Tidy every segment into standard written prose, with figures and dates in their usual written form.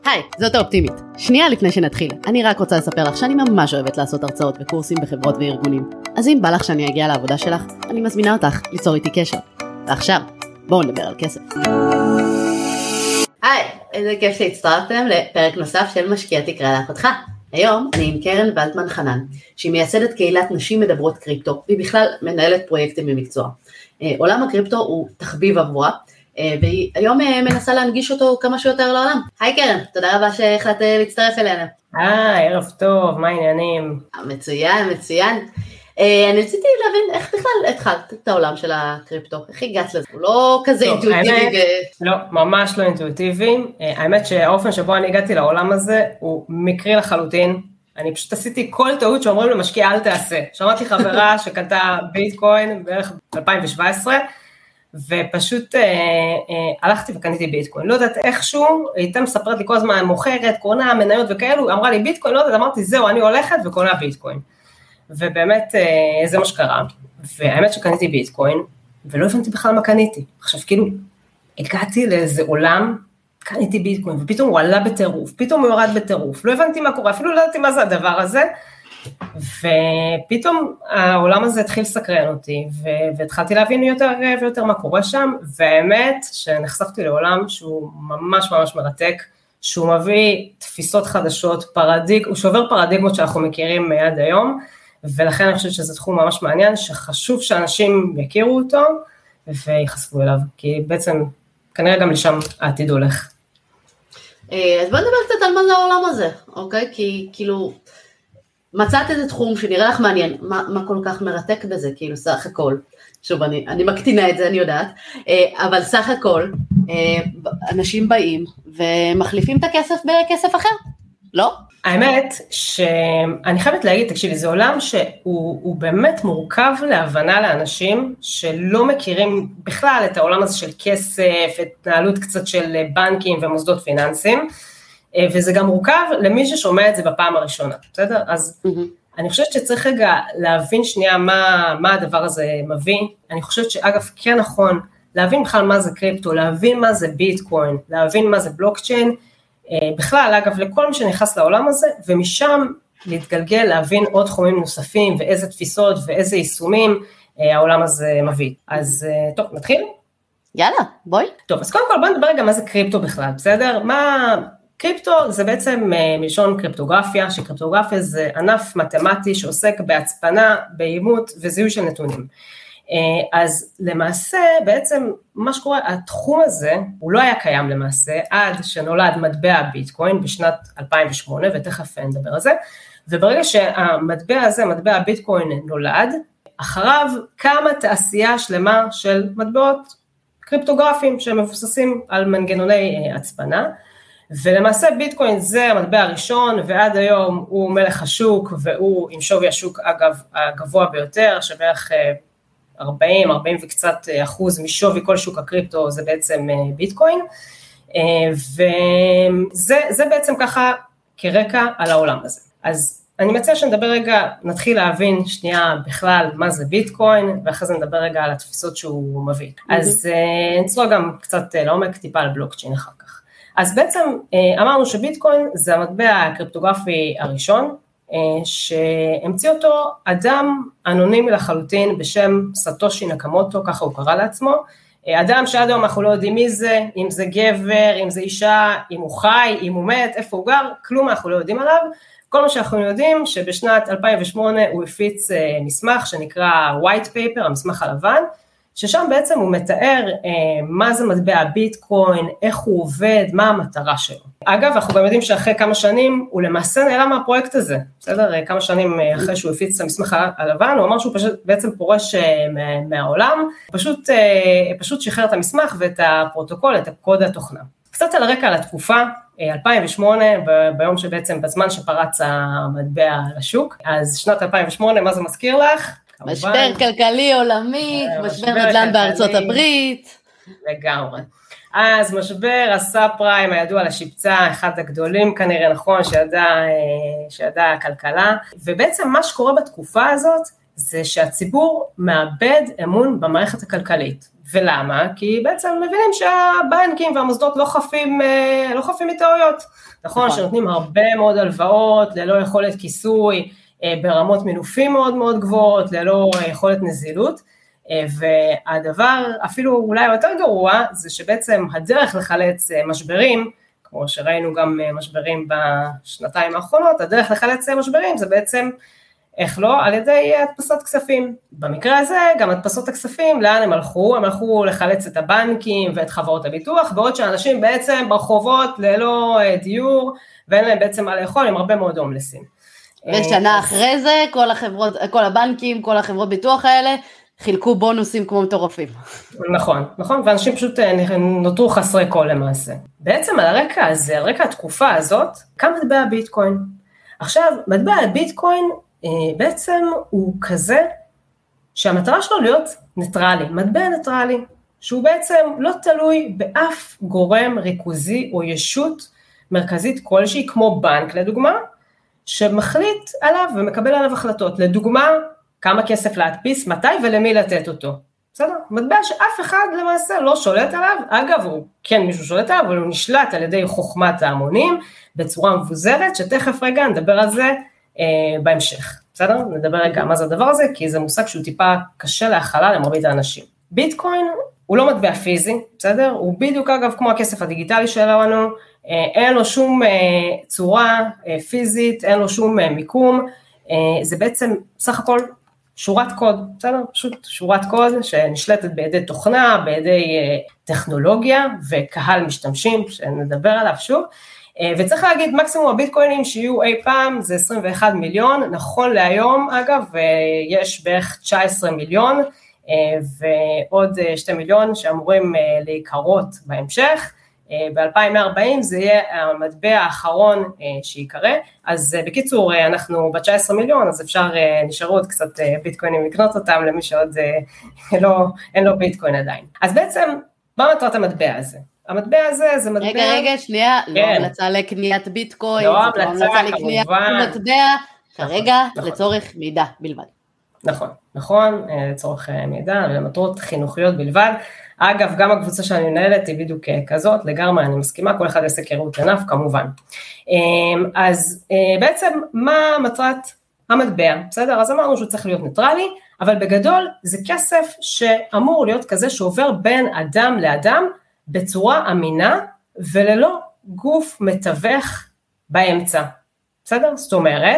היי, זאת האופטימית. שנייה לפני שנתחיל, אני רק רוצה לספר לך שאני ממש אוהבת לעשות הרצאות וקורסים בחברות וארגונים. אז אם בא לך שאני אגיע לעבודה שלך, אני מזמינה אותך ליצור איתי קשר. ועכשיו, בואו נדבר על כסף. היי, איזה כיף שהצטרפתם לפרק נוסף של משקיע תקרא לאחותך. היום אני עם קרן ולטמן חנן, שהיא מייסדת קהילת נשים מדברות קריפטו, והיא בכלל מנהלת פרויקטים במקצוע. עולם הקריפטו הוא תחביב עבורה, והיא היום מנסה להנגיש אותו כמה שיותר לעולם. היי קרן, תודה רבה שהחלטת להצטרף אלינו. ערב טוב, מה העניינים? מצוין, מצוין. אני רציתי להבין איך בכלל התחלת את העולם של הקריפטו, איך הגעת לזה? הוא לא כזה אינטואיטיבי. לא, ממש לא אינטואיטיבי. האמת שהאופן שבו אני הגעתי לעולם הזה הוא מקרי לחלוטין. אני פשוט עשיתי כל טעות שאומרים למשקיע אל תעשה. שמעתי חברה שקנתה ביטקוין בערך ב-2017, ופשוט הלכתי וקניתי ביטקוין. לא יודעת איכשהו, הייתה מספרת לי כל הזמן מוכרת, קונה, מניות וכאלו, אמרה לי ביטקוין, לא יודעת, אמרתי זהו, אני הולכת וקונה ביטקוין. ובאמת זה מה שקרה. והאמת שקניתי ביטקוין, ולא הבנתי בכלל מה קניתי. עכשיו כאילו, הגעתי לאיזה עולם, קניתי ביטקוין, ופתאום הוא עלה בטירוף, פתאום הוא יורד בטירוף, לא הבנתי מה קורה, אפילו לא ידעתי מה זה הדבר הזה, ופתאום העולם הזה התחיל לסקרן אותי, והתחלתי להבין יותר ויותר מה קורה שם, והאמת שנחשפתי לעולם שהוא ממש ממש מרתק, שהוא מביא תפיסות חדשות, הוא שובר פרדיגמות שאנחנו מכירים עד היום, ולכן אני חושבת שזה תחום ממש מעניין, שחשוב שאנשים יכירו אותו, ויחשפו אליו, כי בעצם כנראה גם לשם העתיד הולך. אז בוא נדבר קצת על מה זה העולם הזה, אוקיי? כי כאילו, מצאת איזה תחום שנראה לך מעניין, מה כל כך מרתק בזה, כאילו סך הכל, שוב אני מקטינה את זה, אני יודעת, אבל סך הכל, אנשים באים ומחליפים את הכסף בכסף אחר, לא? האמת שאני חייבת להגיד, תקשיבי, זה עולם שהוא באמת מורכב להבנה לאנשים שלא מכירים בכלל את העולם הזה של כסף, התנהלות קצת של בנקים ומוסדות פיננסיים, וזה גם מורכב למי ששומע את זה בפעם הראשונה, בסדר? אז אני חושבת שצריך רגע להבין שנייה מה הדבר הזה מביא, אני חושבת שאגב כן נכון, להבין בכלל מה זה קריפטו, להבין מה זה ביטקוין, להבין מה זה בלוקצ'יין, בכלל אגב לכל מי שנכנס לעולם הזה, ומשם להתגלגל להבין עוד תחומים נוספים, ואיזה תפיסות ואיזה יישומים העולם הזה מביא. אז טוב, נתחיל? יאללה, בואי. טוב, אז קודם כל בוא נדבר גם מה זה קריפטו בכלל, בסדר? קריפטו זה בעצם מלשון קריפטוגרפיה, שקריפטוגרפיה זה ענף מתמטי שעוסק בהצפנה, באימות וזיהוי של נתונים. אז למעשה בעצם מה שקורה, התחום הזה הוא לא היה קיים למעשה עד שנולד מטבע ביטקוין בשנת 2008 ותכף נדבר על זה, וברגע שהמטבע הזה, מטבע ביטקוין נולד, אחריו קמה תעשייה שלמה של מטבעות קריפטוגרפיים שמבוססים על מנגנוני הצפנה, ולמעשה ביטקוין זה המטבע הראשון, ועד היום הוא מלך השוק, והוא עם שווי השוק אגב הגבוה ביותר, שבערך 40 וקצת אחוז משווי כל שוק הקריפטו זה בעצם ביטקוין, וזה בעצם ככה כרקע על העולם הזה. אז אני מציע שנדבר רגע, נתחיל להבין שנייה בכלל מה זה ביטקוין, ואחרי זה נדבר רגע על התפיסות שהוא מביא. אז נצלול גם קצת לעומק טיפה על בלוקצ'יין אחר כך. אז בעצם אמרנו שביטקוין זה המטבע הקריפטוגרפי הראשון, שהמציא אותו אדם אנונימי לחלוטין בשם סטושי נקמוטו, ככה הוא קרא לעצמו, אדם שעד היום אנחנו לא יודעים מי זה, אם זה גבר, אם זה אישה, אם הוא חי, אם הוא מת, איפה הוא גר, כלום אנחנו לא יודעים עליו, כל מה שאנחנו יודעים שבשנת 2008 הוא הפיץ מסמך שנקרא white paper, המסמך הלבן, ששם בעצם הוא מתאר מה זה מטבע ביטקוין, איך הוא עובד, מה המטרה שלו. אגב, אנחנו גם יודעים שאחרי כמה שנים הוא למעשה נעלם מהפרויקט הזה, בסדר? כמה שנים אחרי שהוא הפיץ את המסמך הלבן, הוא אמר שהוא בעצם פורש מהעולם, פשוט שחרר את המסמך ואת הפרוטוקול, את הקוד התוכנה. קצת על הרקע על התקופה, 2008, ביום שבעצם בזמן שפרץ המטבע לשוק, אז שנת 2008, מה זה מזכיר לך? משבר כלכלי עולמי, משבר נדל"ן בארצות הברית. לגמרי. אז משבר הסאב פריים הידוע לשבצה, אחד הגדולים כנראה נכון, שידע הכלכלה, ובעצם מה שקורה בתקופה הזאת, זה שהציבור מאבד אמון במערכת הכלכלית. ולמה? כי בעצם מבינים שהבנקים והמוסדות לא חפים מטעויות. נכון, שנותנים הרבה מאוד הלוואות, ללא יכולת כיסוי, ברמות מינופים מאוד מאוד גבוהות, ללא יכולת נזילות, והדבר אפילו אולי יותר גרוע, זה שבעצם הדרך לחלץ משברים, כמו שראינו גם משברים בשנתיים האחרונות, הדרך לחלץ משברים זה בעצם, איך לא? על ידי הדפסות כספים. במקרה הזה, גם הדפסות הכספים, לאן הם הלכו? הם הלכו לחלץ את הבנקים ואת חברות הביטוח, בעוד שאנשים בעצם ברחובות ללא דיור, ואין להם בעצם מה לאכול, עם הרבה מאוד הומלסים. ושנה אחרי זה, כל הבנקים, כל החברות ביטוח האלה, חילקו בונוסים כמו מטורפים. נכון, נכון, ואנשים פשוט נותרו חסרי כל למעשה. בעצם על הרקע הזה, על רקע התקופה הזאת, קם מטבע הביטקוין. עכשיו, מטבע הביטקוין בעצם הוא כזה שהמטרה שלו להיות ניטרלי, מטבע ניטרלי, שהוא בעצם לא תלוי באף גורם ריכוזי או ישות מרכזית כלשהי, כמו בנק לדוגמה, שמחליט עליו ומקבל עליו החלטות. לדוגמה, כמה כסף להדפיס, מתי ולמי לתת אותו. בסדר? מטבע שאף אחד למעשה לא שולט עליו, אגב, הוא כן מישהו שולט עליו, אבל הוא נשלט על ידי חוכמת ההמונים, בצורה מבוזרת, שתכף רגע נדבר על זה בהמשך. בסדר? נדבר רגע מה זה הדבר הזה, כי זה מושג שהוא טיפה קשה להכלה למרבית האנשים. ביטקוין הוא לא מטבע פיזי, בסדר? הוא בדיוק אגב כמו הכסף הדיגיטלי שלנו, אין לו שום צורה פיזית, אין לו שום מיקום, זה בעצם סך הכל שורת קוד, בסדר? פשוט שורת קוד שנשלטת בידי תוכנה, בידי טכנולוגיה וקהל משתמשים, שנדבר עליו שוב, וצריך להגיד מקסימום הביטקוינים שיהיו אי פעם זה 21 מיליון, נכון להיום אגב, יש בערך 19 מיליון, ועוד 2 מיליון שאמורים להיקרות בהמשך, ב-2140 זה יהיה המטבע האחרון שיקרה, אז בקיצור אנחנו ב-19 מיליון, אז אפשר, נשארו עוד קצת ביטקוינים לקנות אותם, למי שעוד אין לו ביטקוין עדיין. אז בעצם, מה מטרת המטבע הזה? המטבע הזה זה מטבע... רגע, שנייה, לא המלצה לקניית ביטקוין, לא המלצה כמובן. מטבע, כרגע לצורך מידע בלבד. נכון, לצורך מידע, למטרות חינוכיות בלבד. אגב, גם הקבוצה שאני מנהלת היא בדיוק כזאת, לגמרי אני מסכימה, כל אחד יעשה כראות עיניו כמובן. אז בעצם מה מטרת המטבע? בסדר? אז אמרנו שהוא צריך להיות ניטרלי, אבל בגדול זה כסף שאמור להיות כזה שעובר בין אדם לאדם בצורה אמינה וללא גוף מתווך באמצע. בסדר? זאת אומרת,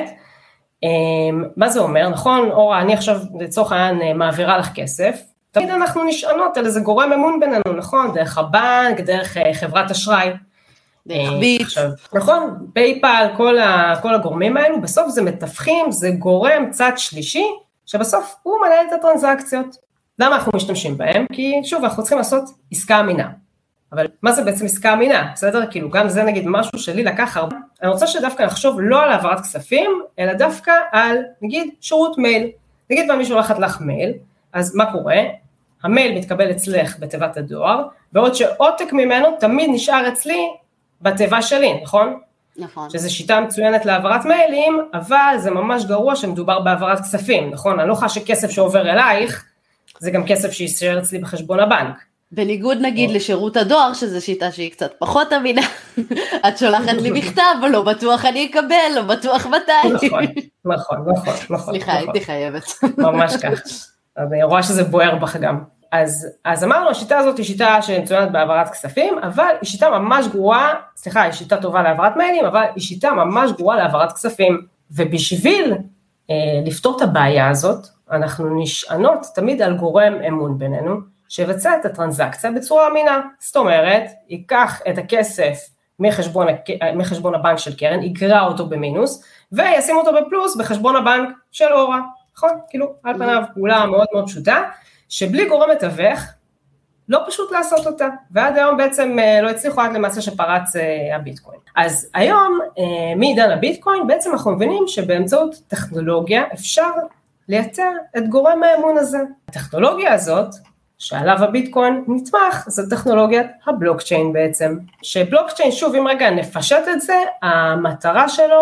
מה זה אומר? נכון, אורה, אני עכשיו לצורך העניין מעבירה לך כסף, תמיד אנחנו נשענות על איזה גורם אמון בינינו, נכון? דרך הבנק, דרך חברת אשראי. דרך ביט. נכון, פייפל, כל הגורמים האלו, בסוף זה מתווכים, זה גורם צד שלישי, שבסוף הוא מנהל את הטרנזקציות. למה אנחנו משתמשים בהם? כי שוב, אנחנו צריכים לעשות עסקה אמינה. אבל מה זה בעצם עסקה אמינה? בסדר? כאילו גם זה נגיד משהו שלי לקח הרבה. אני רוצה שדווקא נחשוב לא על העברת כספים, אלא דווקא על, נגיד, שירות מייל. נגיד ואני שולחת לך מייל, אז מה קורה? המייל מתקבל אצלך בתיבת הדואר, בעוד שעותק ממנו תמיד נשאר אצלי בתיבה שלי, נכון? נכון. שזו שיטה מצוינת להעברת מיילים, אבל זה ממש גרוע שמדובר בהעברת כספים, נכון? אני לא חושב שכסף שעובר אלייך, זה גם כסף שישאר אצלי בחשבון הבנק. בניגוד נגיד לשירות הדואר, שזו שיטה שהיא קצת פחות אמינה, את שולחת לי מכתב, לא בטוח אני אקבל, לא בטוח מתי. נכון. סליחה, הייתי חייבת. ממש כך. אני רואה שזה בוער בך גם. אז אמרנו, השיטה הזאת היא שיטה שמצוינת בהעברת כספים, אבל היא שיטה ממש גרועה, סליחה, היא שיטה טובה להעברת מיילים, אבל היא שיטה ממש גרועה להעברת כספים. ובשביל לפתור את הבעיה הזאת, אנחנו נשענות תמיד על גורם אמון בינינו, שיבצע את הטרנזקציה בצורה אמינה. זאת אומרת, ייקח את הכסף מחשבון הבנק של קרן, יגרע אותו במינוס, וישים אותו בפלוס בחשבון הבנק של אורה. נכון? כאילו, על פניו פעולה מאוד מאוד פשוטה, שבלי גורם מתווך, לא פשוט לעשות אותה, ועד היום בעצם לא הצליחו עד למעשה שפרץ הביטקוין. אז היום, מעידן הביטקוין, בעצם אנחנו מבינים שבאמצעות טכנולוגיה אפשר לייצר את גורם האמון הזה. הטכנולוגיה הזאת, שעליו הביטקוין נתמך, זו טכנולוגיית הבלוקצ'יין בעצם. שבלוקצ'יין, שוב, אם רגע נפשט את זה, המטרה שלו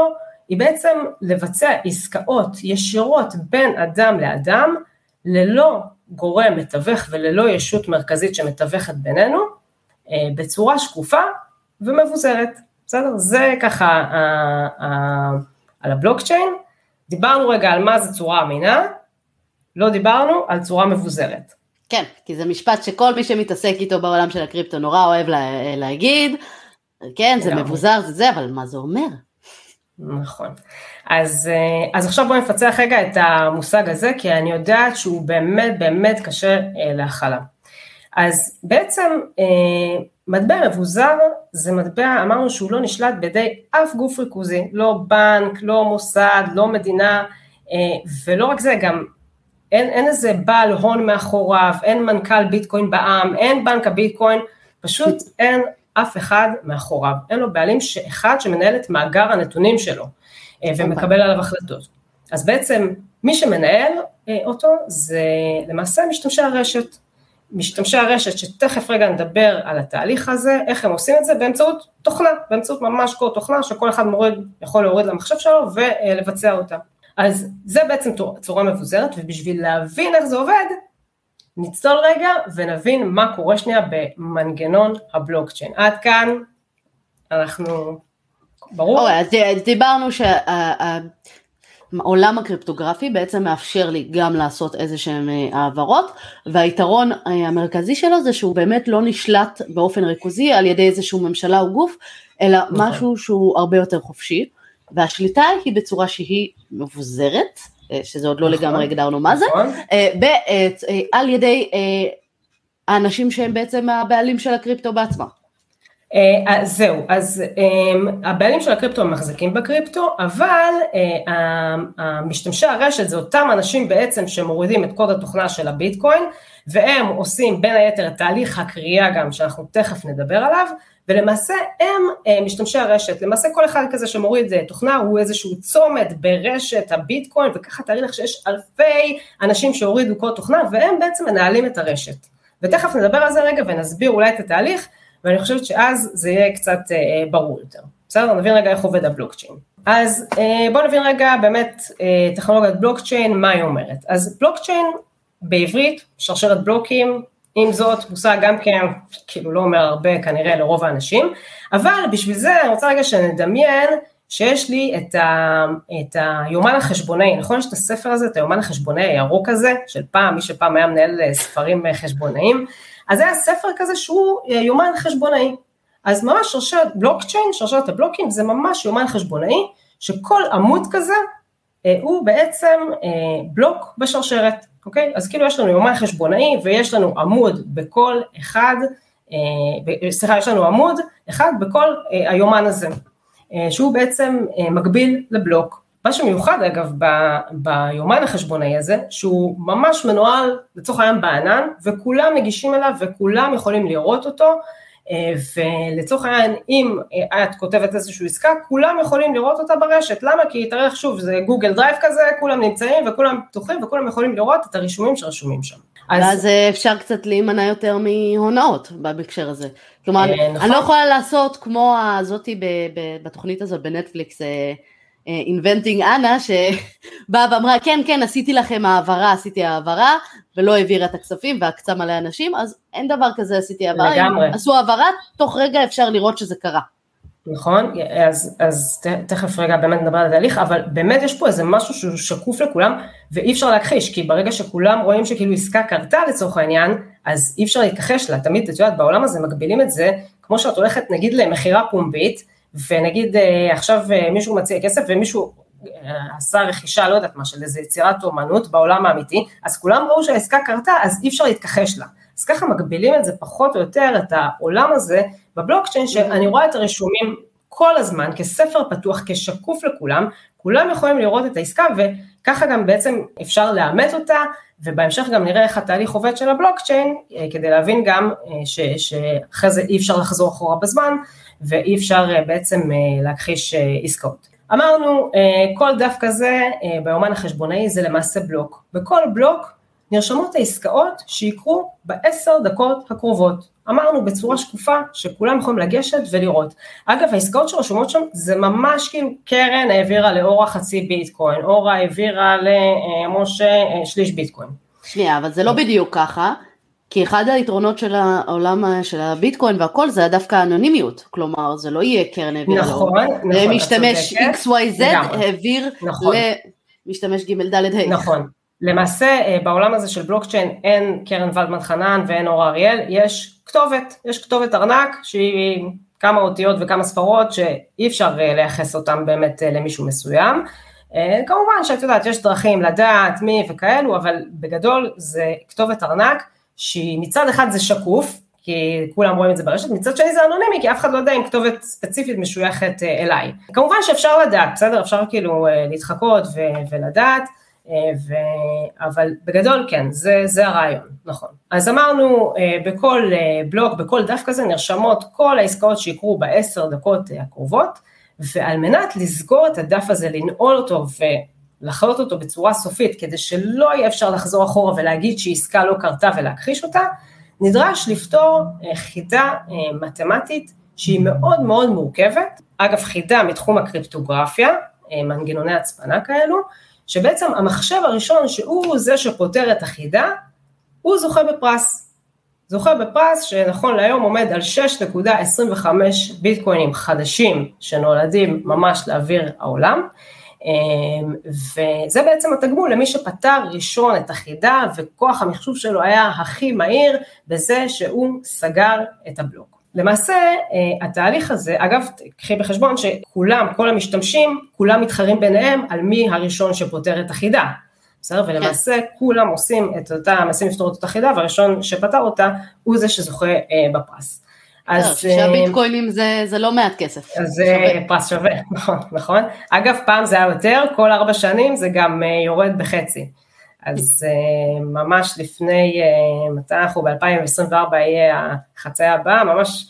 היא בעצם לבצע עסקאות ישירות בין אדם לאדם, ללא גורם מתווך וללא ישות מרכזית שמתווכת בינינו, בצורה שקופה ומבוזרת. בסדר? זה ככה על הבלוקצ'יין. דיברנו רגע על מה זה צורה אמינה, לא דיברנו על צורה מבוזרת. כן, כי זה משפט שכל מי שמתעסק איתו בעולם של הקריפטו נורא אוהב להגיד, כן, זה מבוזר, זה, אבל מה זה אומר? נכון. אז עכשיו בואו נפצח רגע את המושג הזה, כי אני יודעת שהוא באמת באמת קשה להכלה. אז בעצם מטבע מבוזר זה מטבע, אמרנו שהוא לא נשלט בידי אף גוף ריכוזי, לא בנק, לא מוסד, לא מדינה, ולא רק זה, גם אין איזה בעל הון מאחוריו, אין מנכ"ל ביטקוין בעם, אין בנק הביטקוין, פשוט אין אף אחד מאחוריו, אין לו בעלים אחד שמנהל את מאגר הנתונים שלו, ומקבל עליו החלטות. אז בעצם מי שמנהל אותו זה למעשה משתמשי הרשת, שתכף רגע נדבר על התהליך הזה, איך הם עושים את זה, באמצעות תוכנה, באמצעות ממש קוד תוכנה, שכל אחד יכול להוריד למחשב שלו ולבצע אותה. אז זה בעצם צורה מבוזרת, ובשביל להבין איך זה עובד, נצלול רגע ונבין מה קורה שנייה במנגנון הבלוקצ'יין. עד כאן אנחנו, ברור? אז דיברנו שהעולם הקריפטוגרפי בעצם מאפשר לי גם לעשות איזה שהן העברות, והיתרון המרכזי שלו זה שהוא באמת לא נשלט באופן ריכוזי על ידי איזשהו ממשלה או גוף, אלא משהו שהוא הרבה יותר חופשי, והשליטה היא בצורה שהיא מבוזרת, שזה עוד לא לגמרי הגדרנו מה זה, על ידי האנשים שהם בעצם הבעלים של הקריפטו בעצמם. זהו, אז הבעלים של הקריפטו מחזיקים בקריפטו, אבל המשתמשי הרשת זה אותם אנשים בעצם שמורידים את קוד התוכנה של הביטקוין, והם עושים בין היתר את תהליך הקריאה גם שאנחנו תכף נדבר עליו, ולמעשה הם משתמשי הרשת, למעשה כל אחד כזה שמוריד תוכנה הוא איזשהו צומת ברשת הביטקוין, וככה תארי לך שיש אלפי אנשים שהורידו קוד תוכנה, והם בעצם מנהלים את הרשת. ותכף נדבר על זה רגע ונסביר אולי את התהליך, ואני חושבת שאז זה יהיה קצת ברור יותר. בסדר? נבין רגע איך עובד הבלוקצ'יין. אז בואו נבין רגע באמת טכנולוגיית בלוקצ'יין, מה היא אומרת. אז בלוקצ'יין בעברית, שרשרת בלוקים, עם זאת, מושג גם כן, כאילו לא אומר הרבה כנראה לרוב האנשים, אבל בשביל זה אני רוצה רגע שנדמיין שיש לי את היומן החשבונאי, נכון? יש את הספר הזה, את היומן החשבונאי הירוק הזה, של פעם, מי שפעם היה מנהל ספרים חשבונאיים, אז זה היה ספר כזה שהוא יומן חשבונאי, אז ממש שרשרת בלוקצ'יין, שרשרת הבלוקים, זה ממש יומן חשבונאי, שכל עמוד כזה הוא בעצם בלוק בשרשרת, אוקיי? אז כאילו יש לנו יומן חשבונאי, ויש לנו עמוד בכל אחד, יש לנו עמוד אחד בכל היומן הזה, שהוא בעצם מקביל לבלוק. מה שמיוחד אגב ביומן החשבונאי הזה, שהוא ממש מנוהל לצורך העניין בענן, וכולם מגישים אליו וכולם יכולים לראות אותו, ולצורך העניין אם את כותבת איזושהי עסקה, כולם יכולים לראות אותה ברשת. למה? כי תארך שוב, זה גוגל דרייב כזה, כולם נמצאים וכולם פתוחים וכולם יכולים לראות את הרישומים שרשומים שם. אז אפשר קצת להימנע יותר מהונאות בהקשר הזה. כלומר, אני לא יכולה לעשות כמו הזאתי בתוכנית הזאת בנטפליקס, Inventing Anna, שבאה ואמרה, כן, עשיתי לכם העברה, ולא העבירה את הכספים, והקצה מלא אנשים, אז אין דבר כזה, עשיתי העברה, עשו העברה, תוך רגע אפשר לראות שזה קרה. נכון, אז תכף רגע באמת נדבר על התהליך, אבל באמת יש פה איזה משהו שהוא שקוף לכולם, ואי אפשר להכחיש, כי ברגע שכולם רואים שכאילו עסקה קרתה לצורך העניין, אז אי אפשר להתכחש לה, תמיד את יודעת, בעולם הזה מגבילים את זה, כמו שאת הולכת נגיד למחירה פומבית, ונגיד עכשיו מישהו מציע כסף, ומישהו עשה רכישה, לא יודעת מה, של איזה יצירת אומנות בעולם האמיתי, אז כולם ראו שהעסקה קרתה, אז אי אפשר להתכחש לה. אז ככה מגבילים את זה פחות או יותר, את העולם הזה בבלוקצ'יין, שאני רואה את הרישומים כל הזמן, כספר פתוח, כשקוף לכולם, כולם יכולים לראות את העסקה, וככה גם בעצם אפשר לאמת אותה, ובהמשך גם נראה איך התהליך עובד של הבלוקצ'יין, כדי להבין גם שאחרי זה אי אפשר לחזור אחורה בזמן, ואי אפשר בעצם להכחיש עסקאות. אמרנו, כל דף כזה ביומן החשבונאי זה למעשה בלוק. בכל בלוק נרשמות העסקאות שיקרו ב10 דקות הקרובות, אמרנו בצורה שקופה, שכולם יכולים לגשת ולראות. אגב, העסקאות שרשומות שם, זה ממש כאילו, קרן העבירה לאורה חצי ביטקוין, אורה העבירה למשה שליש ביטקוין. שנייה, אבל זה לא בדיוק ככה, כי אחד היתרונות של העולם של הביטקוין והכל, זה דווקא אנונימיות, כלומר, זה לא יהיה קרן העבירה לאורה. נכון, זה משתמש XYZ העביר למשתמש ג' ד' ה'. נכון. למעשה, בעולם הזה של בלוקצ'יין, אין קרן ולדמן חנן ואין אורה אריאל, יש כתובת ארנק, שהיא כמה אותיות וכמה ספרות, שאי אפשר לייחס אותם באמת למישהו מסוים. כמובן שאת יודעת, יש דרכים לדעת מי וכאלו, אבל בגדול זה כתובת ארנק, שהיא מצד אחד זה שקוף, כי כולם רואים את זה ברשת, מצד שני זה אנונימי, כי אף אחד לא יודע אם כתובת ספציפית משויכת אליי. כמובן שאפשר לדעת, בסדר? אפשר כאילו להתחקות ולדעת, אבל בגדול כן, זה הרעיון, נכון. אז אמרנו, בכל בלוג, בכל דף כזה נרשמות כל העסקאות שיקרו ב10 דקות הקרובות, ועל מנת לסגור את הדף הזה, לנעול אותו ולחלות אותו בצורה סופית, כדי שלא יהיה אפשר לחזור אחורה ולהגיד שעסקה לא קרתה ולהכחיש אותה, נדרש לפתור חידה מתמטית שהיא מאוד מאוד מורכבת, אגב חידה מתחום הקריפטוגרפיה, מנגנוני הצפנה כאלו, שבעצם המחשב הראשון שהוא זה שפותר את החידה, הוא זוכה בפרס. זוכה בפרס שנכון להיום עומד על 6.25 ביטקוינים חדשים שנולדים ממש לאוויר העולם, וזה בעצם התגמול למי שפתר ראשון את החידה, וכוח המחשוב שלו היה הכי מהיר בזה שהוא סגר את הבלוק. למעשה, התהליך הזה, אגב, קחי בחשבון שכולם, כל המשתמשים, כולם מתחרים ביניהם על מי הראשון שפותר את החידה. בסדר? ולמעשה, כולם עושים את אותה, מנסים לפתור את אותה חידה, והראשון שפתר אותה, הוא זה שזוכה בפרס. אז שהביטקוינים זה לא מעט כסף. אז זה פרס שווה, נכון. אגב, פעם זה היה יותר, כל 4 שנים זה גם יורד בחצי. אז ממש לפני, מתי אנחנו ב-2024 יהיה החצאי הבא, ממש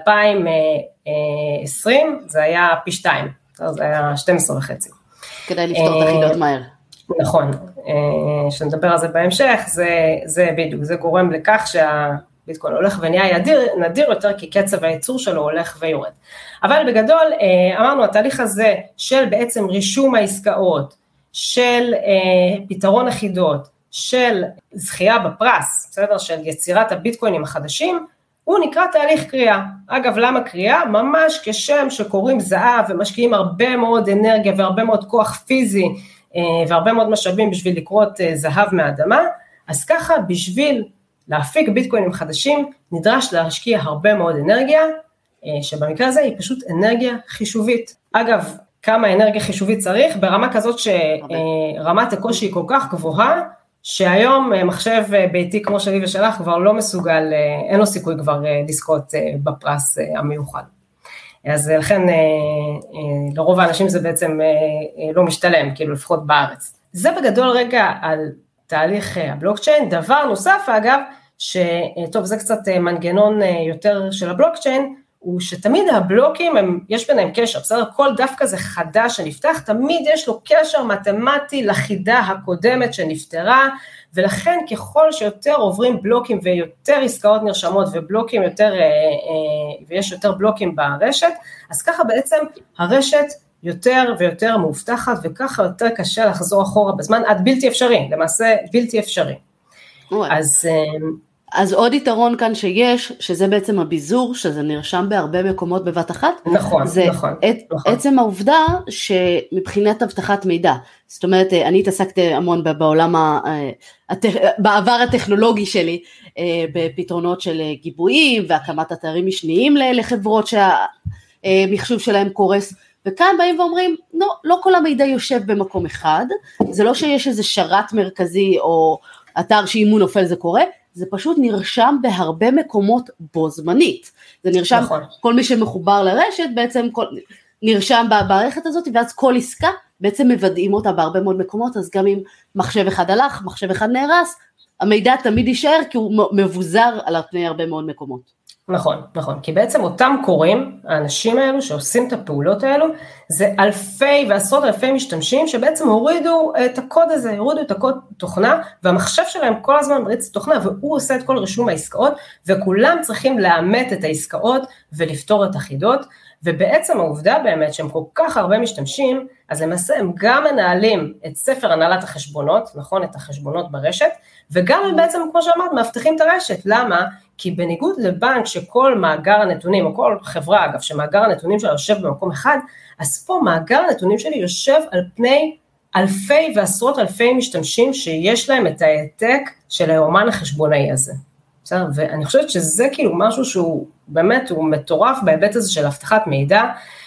ב-2020 זה היה פי 2, זה היה 12.5. כדאי לפתור את החידות מהר. נכון, שנדבר על זה בהמשך, זה בדיוק, זה גורם לכך שהביטקוין הולך ונהיה נדיר יותר, כי קצב הייצור שלו הולך ויורד. אבל בגדול, אמרנו, התהליך הזה של בעצם רישום העסקאות, של פתרון החידות, של זכייה בפרס, בסדר? של יצירת הביטקוינים החדשים, הוא נקרא תהליך קריאה. אגב, למה קריאה? ממש כשם שקוראים זהב ומשקיעים הרבה מאוד אנרגיה והרבה מאוד כוח פיזי והרבה מאוד משאבים בשביל לקרות זהב מהאדמה, אז ככה בשביל להפיק ביטקוינים חדשים נדרש להשקיע הרבה מאוד אנרגיה, שבמקרה הזה היא פשוט אנרגיה חישובית. אגב, כמה אנרגיה חישובית צריך, ברמה כזאת שרמת הקושי היא כל כך גבוהה, שהיום מחשב ביתי כמו שלי ושלך כבר לא מסוגל, אין לו סיכוי כבר לזכות בפרס המיוחד. אז לכן לרוב האנשים זה בעצם לא משתלם, כאילו לפחות בארץ. זה בגדול רגע על תהליך הבלוקצ'יין. דבר נוסף אגב, שטוב זה קצת מנגנון יותר של הבלוקצ'יין, הוא שתמיד הבלוקים, יש ביניהם קשר, בסדר? כל דף כזה חדש שנפתח, תמיד יש לו קשר מתמטי לחידה הקודמת שנפתרה, ולכן ככל שיותר עוברים בלוקים ויותר עסקאות נרשמות ובלוקים יותר, ויש יותר בלוקים ברשת, אז ככה בעצם הרשת יותר ויותר מאובטחת, וככה יותר קשה לחזור אחורה בזמן, עד בלתי אפשרי, למעשה בלתי אפשרי. אז עוד יתרון כאן שיש, שזה בעצם הביזור, שזה נרשם בהרבה מקומות בבת אחת. נכון, זה נכון. עצם העובדה שמבחינת הבטחת מידע, זאת אומרת, אני התעסקתי המון בעולם, בעבר הטכנולוגי שלי, בפתרונות של גיבויים, והקמת אתרים משניים לחברות שהמחשוב שלהם קורס, וכאן באים ואומרים, לא כל המידע יושב במקום אחד, זה לא שיש איזה שרת מרכזי, או אתר שאימון נופל זה קורה, זה פשוט נרשם בהרבה מקומות בו זמנית. זה נרשם, נכון. כל מי שמחובר לרשת בעצם נרשם במערכת הזאת, ואז כל עסקה בעצם מוודאים אותה בהרבה מאוד מקומות, אז גם אם מחשב אחד הלך, מחשב אחד נהרס, המידע תמיד יישאר, כי הוא מבוזר על פני הרבה מאוד מקומות. נכון, נכון, כי בעצם אותם קוראים, האנשים האלו שעושים את הפעולות האלו, זה אלפי ועשרות אלפי משתמשים שבעצם הורידו את הקוד הזה, הורידו את הקוד תוכנה, והמחשב שלהם כל הזמן מריץ את תוכנה, והוא עושה את כל רישום העסקאות, וכולם צריכים לאמת את העסקאות ולפתור את החידות, ובעצם העובדה באמת שהם כל כך הרבה משתמשים, אז למעשה הם גם מנהלים את ספר הנהלת החשבונות, נכון, את החשבונות ברשת, וגם הם בעצם, כמו שאמרת, מאבטחים את הרשת. למה? כי בניגוד לבנק שכל מאגר הנתונים, או כל חברה אגב, שמאגר הנתונים שלה יושב במקום אחד, אז פה מאגר הנתונים שלי יושב על פני אלפי ועשרות אלפי משתמשים שיש להם את העתק של היומן החשבונאי הזה. בסדר? ואני חושבת שזה כאילו משהו שהוא באמת, הוא מטורף בהיבט הזה של הבטחת מידע,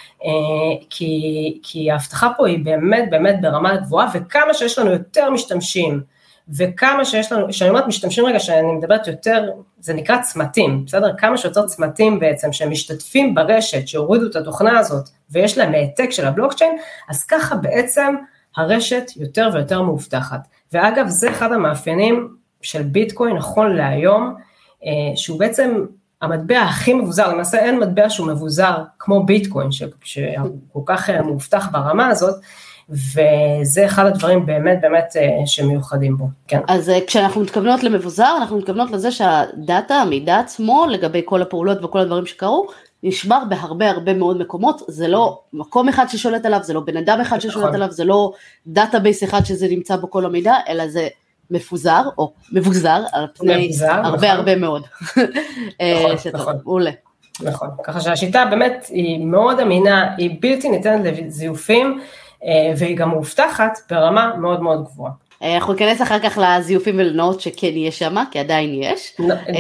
כי ההבטחה פה היא באמת באמת ברמה גבוהה, וכמה שיש לנו יותר משתמשים, וכמה שיש לנו, שאני אומרת משתמשים רגע, שאני מדברת יותר, זה נקרא צמתים, בסדר? כמה שיותר צמתים בעצם, שמשתתפים ברשת, שהורידו את התוכנה הזאת, ויש להם העתק של הבלוקצ'יין, אז ככה בעצם הרשת יותר ויותר מאובטחת. ואגב, זה אחד המאפיינים של ביטקוין, נכון להיום, שהוא בעצם המטבע הכי מבוזר, למעשה אין מטבע שהוא מבוזר כמו ביטקוין, שהוא כל כך מאובטח ברמה הזאת, וזה אחד הדברים באמת באמת שמיוחדים בו. כן. אז כשאנחנו מתכוונות למבוזר, אנחנו מתכוונות לזה שהדאטה, המידע עצמו, לגבי כל הפעולות וכל הדברים שקרו, נשמר בהרבה הרבה מאוד מקומות, זה לא מקום אחד ששולט עליו, זה לא בן אדם אחד ששולט עליו, זה לא דאטאבייס אחד שזה נמצא בו כל המידע, אלא זה מפוזר, או מבוזר, על פני הרבה הרבה מאוד. נכון. מעולה. נכון, ככה שהשיטה באמת היא מאוד אמינה, היא בלתי ניתנת לזיופים, והיא גם מאובטחת ברמה מאוד מאוד גבוהה. אנחנו ניכנס אחר כך לזיופים ולנאות שכן יש שם, כי עדיין יש.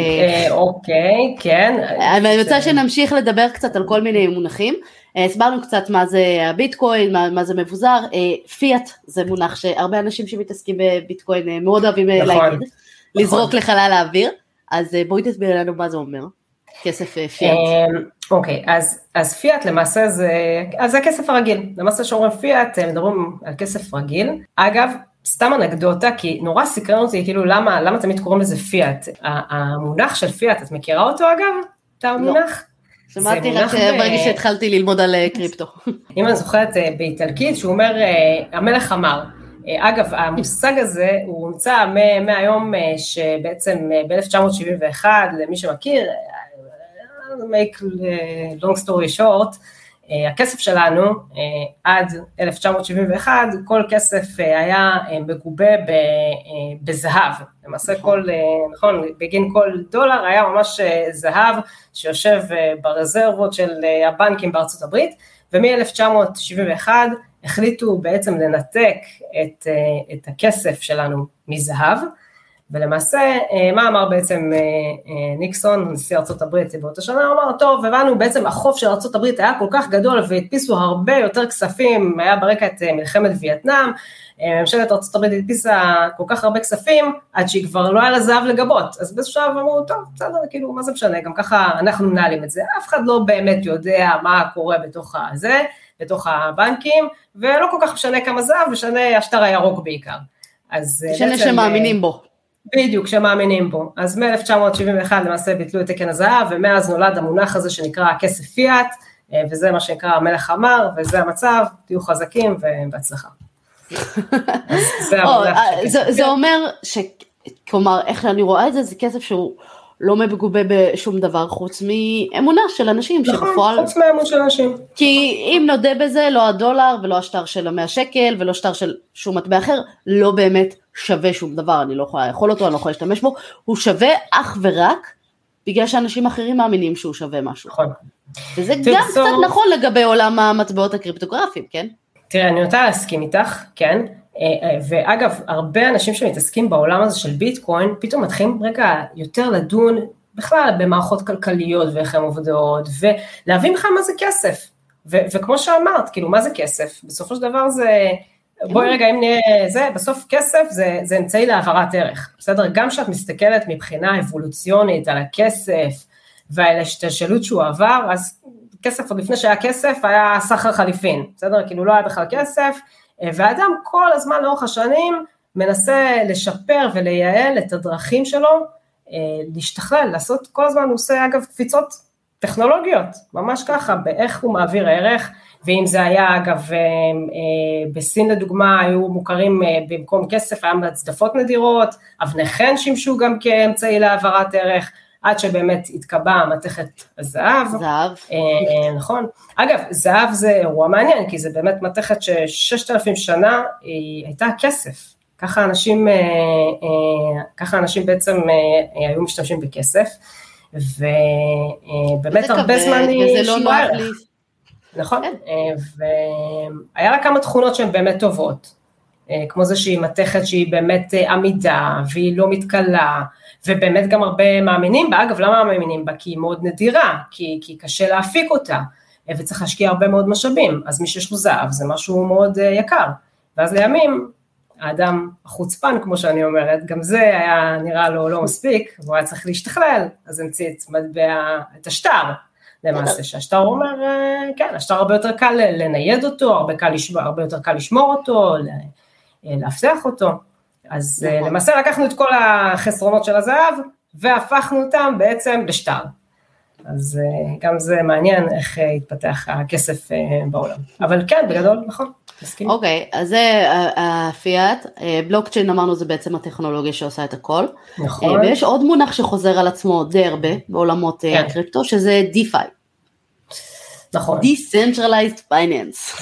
אוקיי, כן. אני רוצה שנמשיך לדבר קצת על כל מיני מונחים. הסברנו קצת מה זה הביטקוין, מה זה מבוזר. פיאט זה מונח שהרבה אנשים שמתעסקים בביטקוין מאוד אוהבים להגיד, לזרוק לחלל האוויר. אז בואי תסביר לנו מה זה אומר. כסף פיאט. אוקיי, אז פיאט למעשה זה הכסף הרגיל. למעשה שאומרים פיאט, מדברים על כסף רגיל. אגב, סתם אנקדוטה, כי נורא סקרן אותי, כאילו למה תמיד קוראים לזה פיאט? המונח של פיאט, את מכירה אותו אגב? את המונח? שמעתי רק ברגע שהתחלתי ללמוד על קריפטו. אם אני זוכרת באיטלקית, שהוא אומר, המלך אמר. אגב, המושג הזה הוא הומצא מהיום שבעצם ב-1971, למי שמכיר, make long story short, הכסף שלנו עד 1971, כל כסף היה מגובה בזהב, למעשה נכון, בגין כל דולר היה ממש זהב שיושב ברזרבות של הבנקים בארצות הברית, ומ-1971 החליטו בעצם לנתק את הכסף שלנו מזהב, ולמעשה, מה אמר בעצם ניקסון, נשיא ארצות הברית באותה שנה, הוא אמר, טוב, הבנו, בעצם החוב של ארצות הברית היה כל כך גדול, והדפיסו הרבה יותר כספים, היה ברקע את מלחמת וייטנאם, ממשלת ארצות הברית הדפיסה כל כך הרבה כספים, עד שהיא כבר לא היה לה זהב לגבות, אז באיזשהו שלב אמרו, טוב, בסדר, כאילו, מה זה משנה, גם ככה אנחנו מנהלים את זה, אף אחד לא באמת יודע מה קורה בתוך הבנקים, ולא כל כך משנה כמה זהב, משנה השטר הירוק בעיקר. משנה שמאמינים בו. בדיוק, שמאמינים בו. אז מ-1971 למעשה ביטלו את תקן הזהב, ומאז נולד המונח הזה שנקרא כסף פיאט, וזה מה שנקרא המלך אמר, וזה המצב, תהיו חזקים ובהצלחה. זה אומר, כלומר, איך אני רואה את זה, זה כסף שהוא לא מגובה בשום דבר, חוץ מאמונה של אנשים, נכון, חוץ מאמון של אנשים. כי אם נודה בזה, לא הדולר, ולא השטר של 100 שקל, ולא שטר של שום מטבע אחר, לא באמת שווה שום דבר, אני לא יכולה לאכול אותו, אני לא יכולה להשתמש בו, הוא שווה אך ורק, בגלל שאנשים אחרים מאמינים שהוא שווה משהו. נכון. וזה גם קצת נכון לגבי עולם המטבעות הקריפטוגרפיים, כן? תראה, אני רוצה להסכים איתך, כן? ואגב, הרבה אנשים שמתעסקים בעולם הזה של ביטקוין, פתאום מתחילים רגע יותר לדון בכלל במערכות כלכליות ואיך הן עובדות, ולהבין לך מה זה כסף. וכמו שאמרת, כאילו, מה זה כסף? בסופו של דבר זה, בואי רגע, אם נהיה זה, בסוף כסף זה אמצעי להעברת ערך. בסדר? גם שאת מסתכלת מבחינה אבולוציונית על הכסף, ועל השתלשלות שהוא עבר, אז כסף, עוד לפני שהיה כסף, היה סחר חליפין. בסדר? כאילו, לא היה בכלל כסף, והאדם כל הזמן לאורך השנים מנסה לשפר ולייעל את הדרכים שלו להשתכלל, לעשות כל הזמן, הוא עושה אגב קפיצות טכנולוגיות, ממש ככה, באיך הוא מעביר ערך, ואם זה היה אגב, בסין לדוגמה, היו מוכרים במקום כסף, היה מצדפות נדירות, אבני חן שימשו גם כאמצעי להעברת ערך, עד שבאמת התקבע מתכת הזהב. זהב. נכון. אגב, זהב זה אירוע מעניין, כי זה באמת מתכת ש6,000 שנה היא הייתה כסף. ככה אנשים בעצם היו משתמשים בכסף, ובאמת הרבה זמן היא שינו ערך. נכון, והיה לה כמה תכונות שהן באמת טובות, כמו זה שהיא מתכת שהיא באמת עמידה, והיא לא מתקלה, ובאמת גם הרבה מאמינים בה, אגב למה מאמינים בה? כי היא מאוד נדירה, כי קשה להפיק אותה, וצריך להשקיע הרבה מאוד משאבים, אז מי שיש לו זהב זה משהו מאוד יקר, ואז לימים, האדם החוצפן כמו שאני אומרת, גם זה היה נראה לו לא מספיק, והוא היה צריך להשתכלל, אז המציא את השטר, למעשה, שהשטר אומר, כן, השטר הרבה יותר קל לנייד אותו, הרבה יותר קל לשמור אותו, להפתח אותו, אז למעשה לקחנו את כל החסרונות של הזהב, והפכנו אותם בעצם לשטר, אז גם זה מעניין איך התפתח הכסף בעולם, אבל כן, בגדול, נכון. אוקיי, אז זה הפיאט, בלוקצ'יין אמרנו זה בעצם הטכנולוגיה שעושה את הכל, נכון. ויש עוד מונח שחוזר על עצמו די הרבה בעולמות הקריפטו, שזה DeFi. נכון. Decentralized Finance.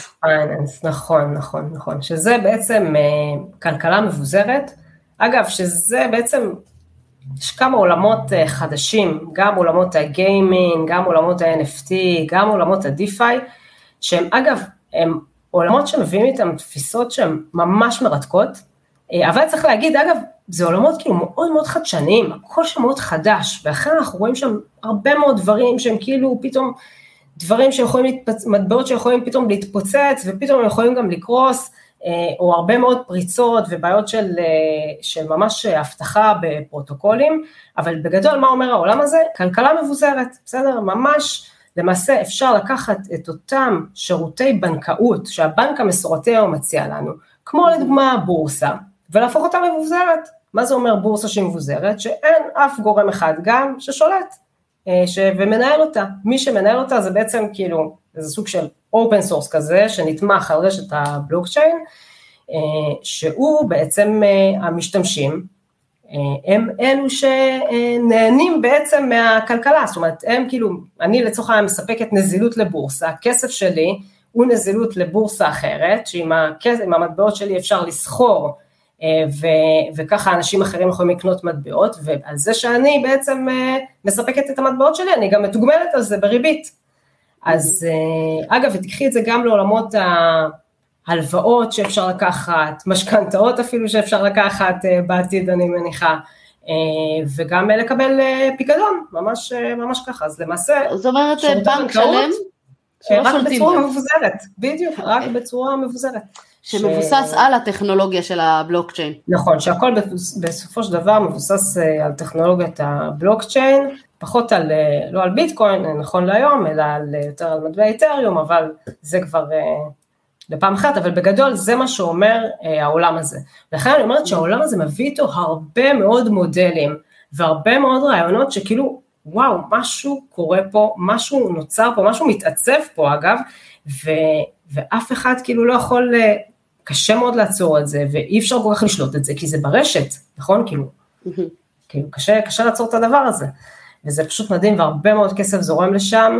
נכון, שזה בעצם כלכלה מבוזרת, אגב שזה בעצם, יש כמה עולמות חדשים, גם עולמות הגיימינג, גם עולמות ה-NFT, גם עולמות ה-DeFi, שהם אגב, הם עולמות שמביאים איתם תפיסות שהן ממש מרתקות, אבל צריך להגיד, אגב, זה עולמות כאילו מאוד מאוד חדשניים, הכל שם מאוד חדש, ואחרי אנחנו רואים שם הרבה מאוד דברים שהם כאילו פתאום, דברים שיכולים, מטבעות שיכולים פתאום להתפוצץ, ופתאום הם יכולים גם לקרוס, או הרבה מאוד פריצות ובעיות של ממש הבטחה בפרוטוקולים, אבל בגדול מה אומר העולם הזה? כלכלה מבוזרת, בסדר? ממש, למעשה אפשר לקחת את אותם שירותי בנקאות שהבנק המסורתי היום מציע לנו, כמו לדוגמה בורסה, ולהפוך אותה מבוזרת. מה זה אומר בורסה שהיא מבוזרת? שאין אף גורם אחד גם ששולט ומנהל אותה. מי שמנהל אותה זה בעצם כאילו, זה סוג של אופן סורס כזה, שנתמך על רשת הבלוקצ'יין, שהוא בעצם המשתמשים, הם אלו שנהנים בעצם מהכלכלה, זאת אומרת, הם כאילו, אני לצורך העניין מספקת נזילות לבורסה, הכסף שלי הוא נזילות לבורסה אחרת, שעם המטבעות שלי אפשר לסחור, וככה אנשים אחרים יכולים לקנות מטבעות, ועל זה שאני בעצם מספקת את המטבעות שלי, אני גם מתוגמלת על זה בריבית. אז אגב, ותקחי את זה גם לעולמות הלוואות שאפשר לקחת, משכנתאות אפילו שאפשר לקחת בעתיד אני מניחה, וגם לקבל פיקדון, ממש ככה, אז למעשה, זאת אומרת בנק שלם, רק בצורה מבוזרת, בדיוק, רק בצורה מבוזרת. שמבוסס על הטכנולוגיה של הבלוקצ'יין. נכון, שהכל בסופו של דבר מבוסס על טכנולוגיית הבלוקצ'יין, פחות על, לא על ביטקוין, נכון להיום, אלא יותר על מטבע איתריום, אבל זה כבר לפעם אחת, אבל בגדול זה מה שאומר העולם הזה. לכן אני אומרת שהעולם הזה מביא איתו הרבה מאוד מודלים, והרבה מאוד רעיונות שכאילו, וואו, משהו קורה פה, משהו נוצר פה, משהו מתעצב פה אגב, ואף אחד כאילו לא יכול, קשה מאוד לעצור את זה, ואי אפשר כל כך לשלוט את זה, כי זה ברשת, נכון? כאילו קשה לעצור את הדבר הזה, וזה פשוט מדהים, והרבה מאוד כסף זורם לשם,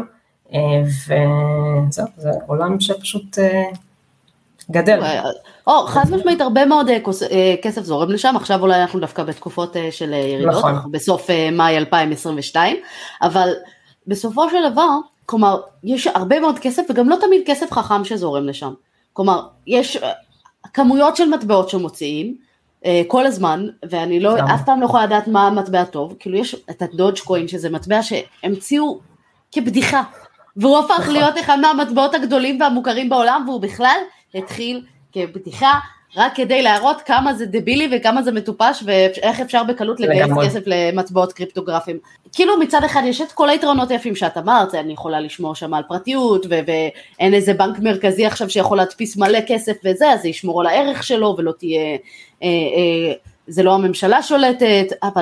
וזהו, זה עולם שפשוט גדל. חד משמעית, הרבה מאוד כסף זורם לשם, עכשיו אולי אנחנו דווקא בתקופות של ירידות, אנחנו בסוף מאי 2022, אבל בסופו של דבר, כלומר, יש הרבה מאוד כסף, וגם לא תמיד כסף חכם שזורם לשם, כלומר, יש כמויות של מטבעות שמוציאים, כל הזמן, ואני לא, אף פעם לא יכולה לדעת מה המטבע טוב, כאילו יש את הדודג' קוין, שזה מטבע שהמציאו כבדיחה, והוא הפך להיות אחד מהמטבעות הגדולים והמוכרים בעולם, והוא בכלל התחיל כבדיחה, רק כדי להראות כמה זה דבילי וכמה זה מטופש, ואיך אפשר בקלות לגייס כסף למטבעות קריפטוגרפיים. כאילו מצד אחד יש את כל היתרונות היפים שאת אמרת, אני יכולה לשמור שם על פרטיות, ואין איזה בנק מרכזי עכשיו שיכול להדפיס מלא כסף וזה, אז זה ישמור על הערך שלו, ולא תהיה, זה לא הממשלה שולטת, אבל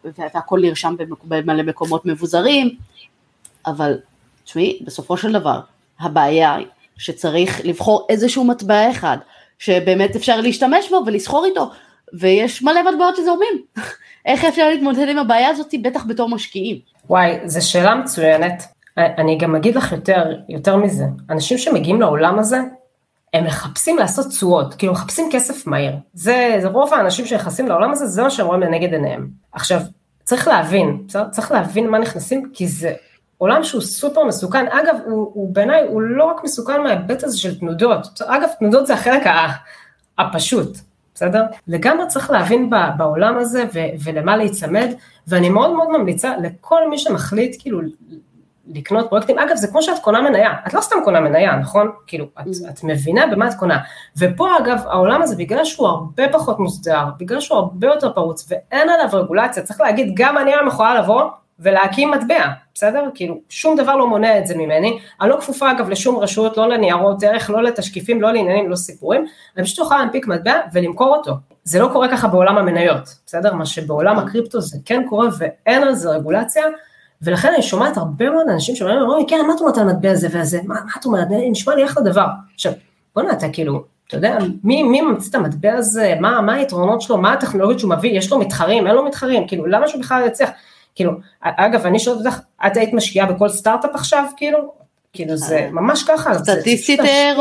והכל נרשם במלא מקומות מבוזרים, אבל תשמעי, בסופו של דבר, הבעיה היא שצריך לבחור איזשהו מטבע אחד, שבאמת אפשר להשתמש בו ולסחור איתו, ויש מלא מטבעות שזורמים. איך אפשר להתמודד עם הבעיה הזאת, בטח בתור משקיעים? וואי, זו שאלה מצוינת. אני גם אגיד לך יותר מזה. אנשים שמגיעים לעולם הזה, הם מחפשים לעשות צורות, כאילו מחפשים כסף מהיר. זה רוב האנשים שנכנסים לעולם הזה, זה מה שהם רואים לנגד עיניהם. עכשיו, צריך להבין מה נכנסים, כי זה עולם שהוא סופר מסוכן. אגב, הוא בעיניי, הוא לא רק מסוכן מההיבט הזה של תנודות. אגב, תנודות זה החלק הפשוט, בסדר? לגמרי צריך להבין בעולם הזה ולמה להיצמד, ואני מאוד מאוד ממליצה לכל מי שמחליט כאילו לקנות פרויקטים. אגב, זה כמו שאת קונה מניה, את לא סתם קונה מניה, נכון? כאילו, את מבינה במה את קונה. ופה אגב, העולם הזה, בגלל שהוא הרבה פחות מוסדר, בגלל שהוא הרבה יותר פרוץ, ואין עליו רגולציה, צריך להגיד, גם אני יכולה לבוא ולהקים מטבע, בסדר? כאילו, שום דבר לא מונע את זה ממני, אני לא כפופה אגב לשום רשות, לא לניירות ערך, לא לתשקיפים, לא לעניינים, לא סיפורים, אני פשוט אוכל להנפיק מטבע ולמכור אותו. זה לא קורה ככה בעולם המניות, בסדר? מה שבעולם הקריפטו זה כן קורה ואין על זה רגולציה, ולכן אני שומעת הרבה מאוד אנשים שאומרים, כן, מה את אומרת על מטבע הזה והזה? מה את אומרת? נשמע לי אחלה דבר. עכשיו, בוא נעתה כאילו, אתה יודע, מי ממציא את המטבע הזה? מה היתרונות שלו? מה הטכנולוגיות שהוא מביא? יש לו מתחרים? אין לו מתחרים? כאילו, למה שהוא בכלל יצליח? כאילו, אגב, אני שואלת אותך, את היית משקיעה בכל סטארט-אפ עכשיו, כאילו זה ממש ככה. סטטיסטית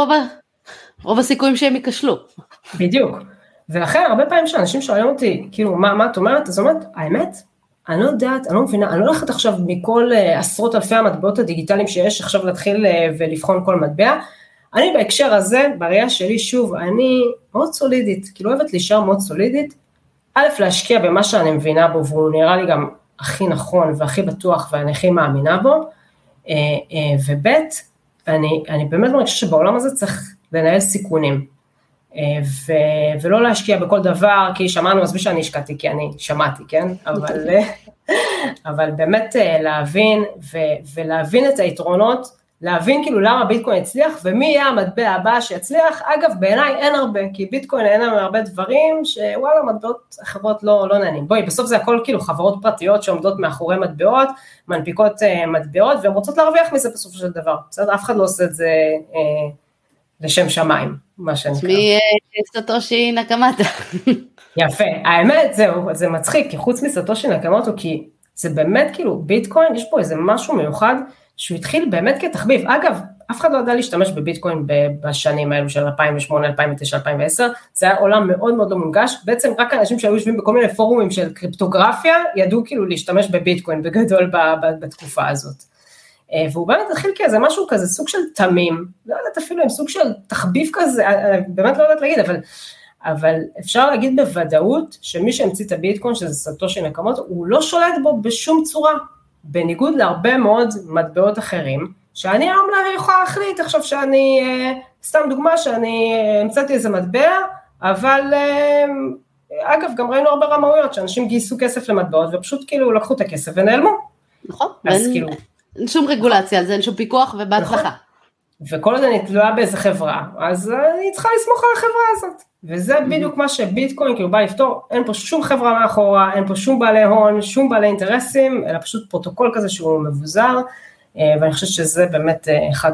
רוב הסיכויים שהם ייכשלו. בדיוק. ולכן, הרבה פעמים שאנשים שואלים אותי, כאילו, מה את אומרת? אז אומרת, האמת, אני לא יודעת, אני לא מבינה, אני לא הולכת עכשיו מכל עשרות אלפי המטבעות הדיגיטליים שיש, עכשיו להתחיל ולבחון כל מטבע. אני בהקשר הזה, בראייה שלי, שוב, אני מאוד סולידית, כאילו אוהבת להישאר מאוד סולידית, א', להשקיע במה שאני מבינה בו, והוא נראה לי גם הכי נכון והכי בטוח ואני הכי מאמינה בו, וב', אני באמת מרגישה שבעולם הזה צריך לנהל סיכונים, ולא להשקיע בכל דבר, כי שמענו, אז שאני השקעתי, כי אני שמעתי, כן? אבל באמת להבין, ולהבין את היתרונות, להבין כאילו למה ביטקוין יצליח, ומי יהיה המטבע הבא שיצליח. אגב, בעיניי אין הרבה, כי ביטקוין אין הרבה דברים, שוואלה, מטבעות חברות לא נהנים. בואי, בסוף זה הכל כאילו חברות פרטיות, שעומדות מאחורי מטבעות, מנפיקות מטבעות, והן רוצות להרוויח מזה בסופו של דבר. בסדר, אף אחד לא עושה את זה לשם שמיים, מה שנקרא. שמי סטושי נקמוטו. יפה, האמת, זהו, זה מצחיק, כי חוץ מסטושי נקמוטו, כי זה באמת כאילו, ביטקוין, יש פה איזה משהו מיוחד, שהוא התחיל באמת כתחביב. אגב, אף אחד לא ידע להשתמש בביטקוין בשנים האלו של 2008, 2009, 2010, זה היה עולם מאוד מאוד לא מונגש, בעצם רק האנשים שהיו יושבים בכל מיני פורומים של קריפטוגרפיה, ידעו כאילו להשתמש בביטקוין בגדול בתקופה הזאת. והוא באמת התחיל כאיזה משהו כזה, סוג של תמים, לא יודעת אפילו עם סוג של תחביב כזה, באמת לא יודעת להגיד, אבל אפשר להגיד בוודאות, שמי שהמציא את הביטקוין, שזה סטושי נקמוטו, הוא לא שולט בו בשום צורה, בניגוד להרבה מאוד מטבעות אחרים, שאני היום יכולה להחליט, עכשיו שאני, סתם דוגמה, שאני המצאתי איזה מטבע, אבל אגב, גם ראינו הרבה רמאויות, שאנשים גייסו כסף למטבעות, ופשוט כאילו לקחו את הכסף ונעלמו. נכון, אין שום רגולציה על זה, אין שום פיקוח ובהצלחה. וכל עוד אני תלויה באיזה חברה, אז אני צריכה לסמוך על החברה הזאת. וזה בדיוק מה שביטקוין כאילו בא לפתור, אין פה שום חברה מאחורה, אין פה שום בעלי הון, שום בעלי אינטרסים, אלא פשוט פרוטוקול כזה שהוא מבוזר, ואני חושבת שזה באמת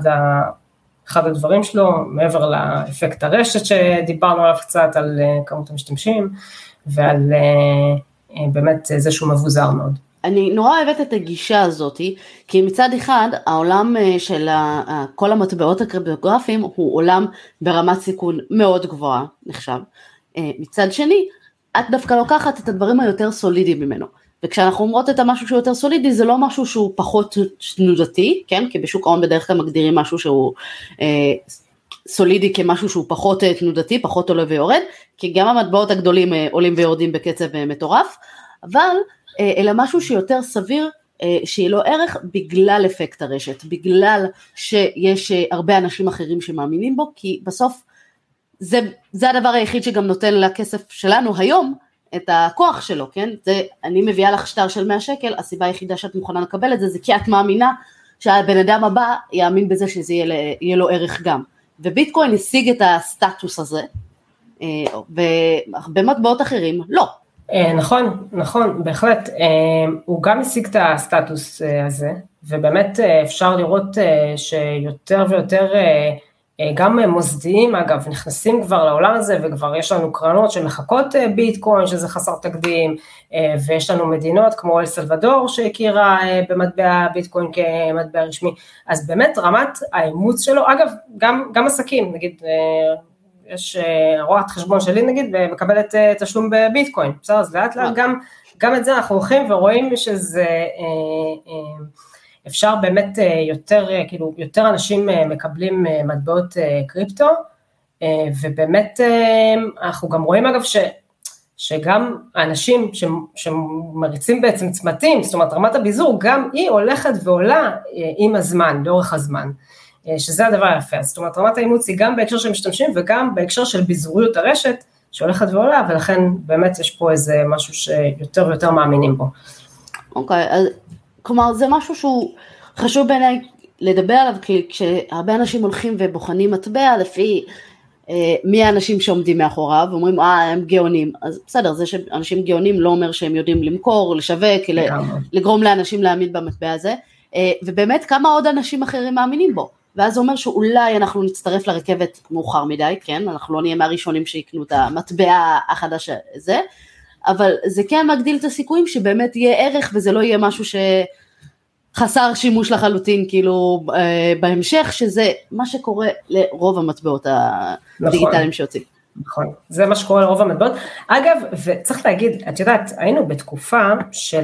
אחד הדברים שלו, מעבר לאפקט הרשת שדיברנו עליו קצת, על כמות המשתמשים, ועל באמת זה שהוא מבוזר מאוד. אני נורא אוהבת את הגישה הזאת, כי מצד אחד העולם של כל המטבעות הקריפטוגרפיים הוא עולם ברמת סיכון מאוד גבוהה, נחשב. מצד שני, את דווקא לוקחת את הדברים היותר סולידיים ממנו, וכשאנחנו אומרות את המשהו שהוא יותר סולידי, זה לא משהו שהוא פחות תנודתי, כן? כי בשוק ההון בדרך כלל מגדירים משהו שהוא סולידי כמשהו שהוא פחות תנודתי, פחות עולה ויורד, כי גם המטבעות הגדולים עולים ויורדים בקצב מטורף, אבל אלא משהו שיותר סביר, שיהיה לו ערך בגלל אפקט הרשת, בגלל שיש הרבה אנשים אחרים שמאמינים בו, כי בסוף זה הדבר היחיד שגם נותן לכסף שלנו היום, את הכוח שלו, כן? זה, אני מביאה לך שטר של 100 שקל, הסיבה היחידה שאת מוכנה לקבל את זה, זה כי את מאמינה שהבן אדם הבא יאמין בזה שזה יהיה לו ערך גם. וביטקוין השיג את הסטטוס הזה, והרבה מטבעות אחרים לא. נכון, נכון, בהחלט, הוא גם השיג את הסטטוס הזה, ובאמת אפשר לראות שיותר ויותר, גם מוסדיים אגב, נכנסים כבר לעולם הזה, וכבר יש לנו קרנות שמחכות ביטקוין, שזה חסר תקדים, ויש לנו מדינות כמו אל סלבדור, שהכירה במטבע ביטקוין כמטבע רשמי, אז באמת רמת האימוץ שלו, אגב, גם עסקים, נגיד, יש רואת חשבון שלי נגיד, ומקבלת תשלום בביטקוין, בסדר, אז לאט לאט גם את זה אנחנו הולכים ורואים שזה, אפשר באמת יותר, כאילו, יותר אנשים מקבלים מטבעות קריפטו, ובאמת אנחנו גם רואים אגב שגם האנשים שמריצים בעצם צמתים, זאת אומרת רמת הביזור, גם היא הולכת ועולה עם הזמן, לאורך הזמן. שזה הדבר היפה, זאת אומרת, רמת האימוץ היא גם בהקשר של משתמשים, וגם בהקשר של ביזוריות הרשת, שהולכת ועולה, ולכן באמת יש פה איזה משהו שיותר ויותר מאמינים בו. אוקיי, אז כלומר, זה משהו שהוא חשוב בעיניי לדבר עליו, כי כשהרבה אנשים הולכים ובוחנים מטבע, לפי מי האנשים שעומדים מאחוריו, ואומרים, הם גאונים, אז בסדר, זה שאנשים גאונים לא אומר שהם יודעים למכור, לשווק, לגרום לאנשים להאמין במטבע הזה, ובאמת כמה עוד אנשים אחרים מאמינים בו, ואז זה אומר שאולי אנחנו נצטרף לרכבת מאוחר מדי, כן, אנחנו לא נהיה מהראשונים שיקנו את המטבע החדש הזה, אבל זה כן מגדיל את הסיכויים שבאמת יהיה ערך, וזה לא יהיה משהו שחסר שימוש לחלוטין, כאילו בהמשך, שזה מה שקורה לרוב המטבעות הדיגיטליים שיוצאים. נכון, זה מה שקורה לרוב המטבעות. אגב, וצריך להגיד, את יודעת, היינו בתקופה של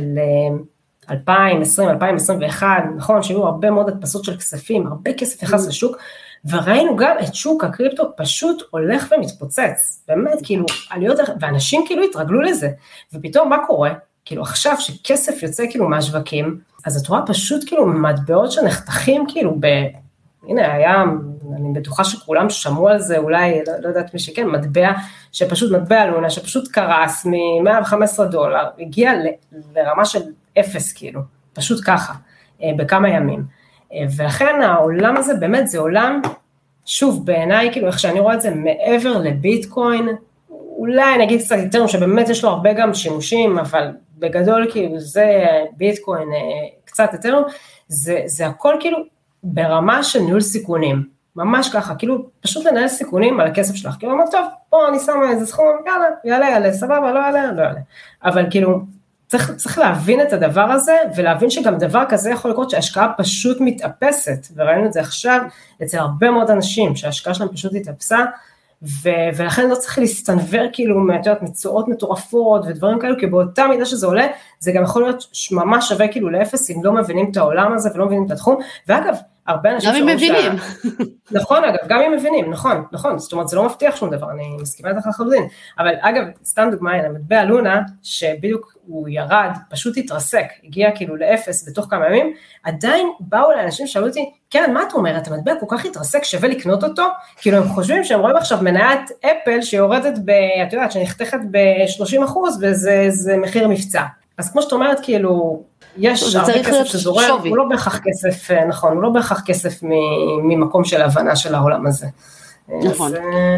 2020, 2021, נכון, שהיו הרבה מאוד הדפסות של כספים, הרבה כסף נכנס לשוק, וראינו גם את שוק הקריפטו פשוט הולך ומתפוצץ, באמת כאילו, עליות, ואנשים כאילו התרגלו לזה, ופתאום מה קורה? כאילו עכשיו שכסף יוצא כאילו מהשווקים, אז את רואה פשוט כאילו מטבעות שנחתכים כאילו הנה היה, אני בטוחה שכולם שמעו על זה, אולי, לא יודעת מי שכן, מטבע, שפשוט מטבע לונה, שפשוט קרס מ$115, הגיע לרמה של 0 כאילו, פשוט ככה, בכמה ימים. ולכן העולם הזה באמת זה עולם, שוב בעיניי, כאילו איך שאני רואה את זה, מעבר לביטקוין, אולי נגיד קצת יותר, שבאמת יש לו הרבה גם שימושים, אבל בגדול כאילו זה ביטקוין קצת יותר, זה הכל כאילו ברמה של ניהול סיכונים, ממש ככה, כאילו פשוט לנהל סיכונים על הכסף שלך, כאילו אמרת טוב, פה אני שמה איזה סכום, יעלה, סבבה, לא יעלה, אבל כאילו צריך להבין את הדבר הזה, ולהבין שגם דבר כזה יכול לקרות שההשקעה פשוט מתאפסת, וראינו את זה עכשיו אצל הרבה מאוד אנשים, שההשקעה שלהם פשוט התאפסה, ולכן לא צריך להסתנבר כאילו מצועות מטורפות ודברים כאלו, כי באותה מידה שזה עולה, זה גם יכול להיות ממש שווה כאילו לאפס, אם לא מבינים את העולם הזה ולא מבינים את התחום, ואגב, הרבה אנשים גם אם מבינים. נכון אגב, גם אם מבינים, נכון, זאת אומרת זה לא מבטיח שום דבר, אני מסכימה איתך לחלוטין, אבל אגב, סתם דוגמה, המטבע לונה, שבדיוק הוא ירד, פשוט התרסק, הגיע כאילו לאפס בתוך כמה ימים, עדיין באו לאנשים שאלו אותי, כן, מה את אומרת, המטבע כל כך התרסק, שווה לקנות אותו, כאילו הם חושבים שהם רואים עכשיו מניית אפל, שיורדת את יודעת, שנחתכת ב-30%, וזה מחיר מבצע, אז כמו שאת אומרת, כאילו, יש הרבה כסף שזורם, הוא לא בהכרח כסף, נכון, הוא לא בהכרח כסף ממקום של הבנה של העולם הזה. נכון.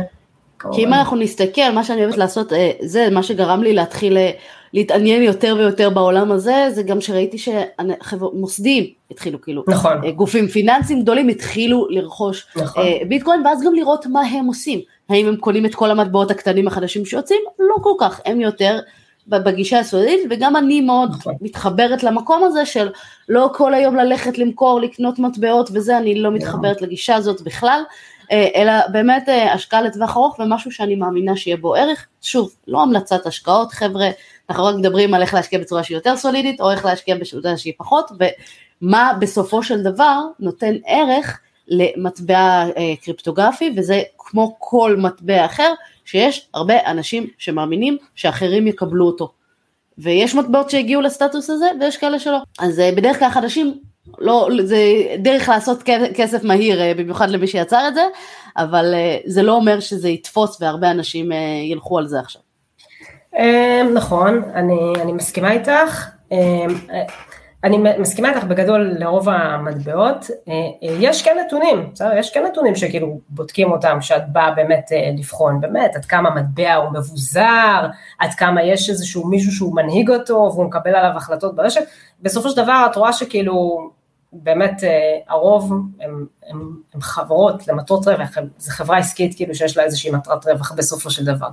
כי אם אנחנו נסתכל, מה שאני אוהבת לעשות, זה מה שגרם לי להתחיל להתעניין יותר ויותר בעולם הזה, זה גם שראיתי שמוסדים התחילו, כאילו, גופים פיננסיים גדולים התחילו לרכוש ביטקוין, ואז גם לראות מה הם עושים. האם הם קונים את כל המטבעות הקטנים החדשים שיוצאים? לא כל כך, הם יותר בגישה הסודית, וגם אני מאוד מתחברת למקום הזה של לא כל היום ללכת למכור, לקנות מטבעות וזה, אני לא מתחברת לגישה הזאת בכלל, אלא באמת השקעה לטווח ארוך, ומשהו שאני מאמינה שיהיה בו ערך, שוב, לא המלצת השקעות, חבר'ה, אנחנו רק מדברים על איך להשקיע בצורה שהיא יותר סולידית, או איך להשקיע בצורה שהיא פחות, ומה בסופו של דבר נותן ערך למטבע קריפטוגרפי, וזה כמו כל מטבע אחר, שיש הרבה אנשים שמאמינים שאחרים יקבלו אותו, ויש מטבעות שהגיעו לסטטוס הזה, ויש כאלה שלא, אז בדרך כלל חדשים, לא, זה דרך לעשות כסף מהיר, במיוחד למי שיצר את זה, אבל זה לא אומר שזה יתפוס, והרבה אנשים ילכו על זה עכשיו. נכון, אני מסכימה איתך, אני מסכימה איתך בגדול לרוב המטבעות, יש כן נתונים, בסדר? יש כן נתונים שכאילו בודקים אותם, שאת באה באמת לבחון, באמת, עד כמה מטבע הוא מבוזר, עד כמה יש איזשהו מישהו שהוא מנהיג אותו, והוא מקבל עליו החלטות ברשת, בסופו של דבר את רואה שכאילו, באמת הרוב הם חברות למטרות רווח, זו חברה עסקית כאילו שיש לה איזושהי מטרת רווח בסופו של דבר.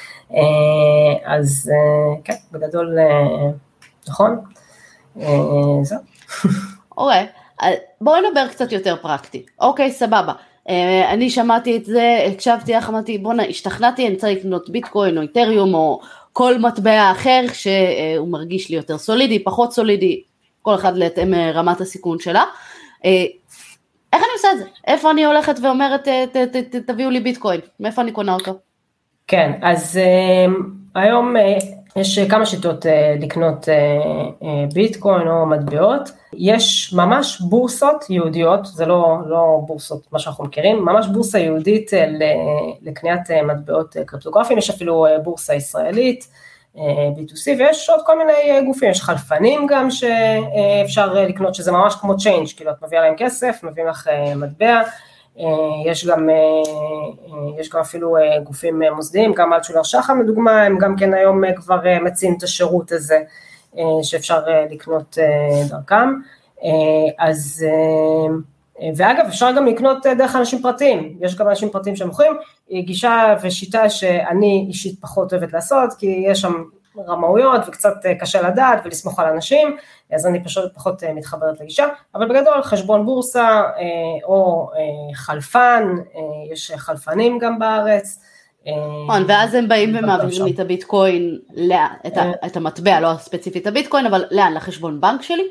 אז כן, בגדול, נכון? זהו. אוקיי, בואי נדבר קצת יותר פרקטי. אוקיי, סבבה. אני שמעתי את זה, הקשבתי לך, אמרתי, בוא'נה, השתכנעתי, אני צריך לקנות ביטקוין או איתריום או כל מטבע אחר שהוא מרגיש לי יותר סולידי, פחות סולידי, כל אחד להתאם רמת הסיכון שלה. איך אני עושה את זה? איפה אני הולכת ואומרת, תביאו לי ביטקוין? מאיפה אני קונה אותו? כן, אז היום יש כמה שיטות לקנות ביטקוין או מטבעות, יש ממש בורסות יהודיות, זה לא בורסות מה שאנחנו מכירים, ממש בורסה יהודית לקניית מטבעות קריפטוגרפיים, יש אפילו בורסה ישראלית, B2C, ויש עוד כל מיני גופים, יש חלפנים גם שאפשר לקנות, שזה ממש כמו צ'יינג', כאילו את מביאה להם כסף, מביאים לך מטבע, יש גם אפילו גופים מוסדיים, גם אלטשולר שחם לדוגמה, הם גם כן היום כבר מציעים את השירות הזה, שאפשר לקנות דרכם, אז, ואגב אפשר גם לקנות דרך אנשים פרטיים, יש גם אנשים פרטיים שמוכרים, גישה ושיטה שאני אישית פחות אוהבת לעשות, כי יש שם רמאויות וקצת קשה לדעת ולסמוך על אנשים, אז אני פחות מתחברת לגישה, אבל בגדול חשבון בורסה או חלפן, יש חלפנים גם בארץ. ואז הם באים ומעבירים לי את הביטקוין, את המטבע, לא ספציפית הביטקוין, אבל לאן? לחשבון בנק שלי?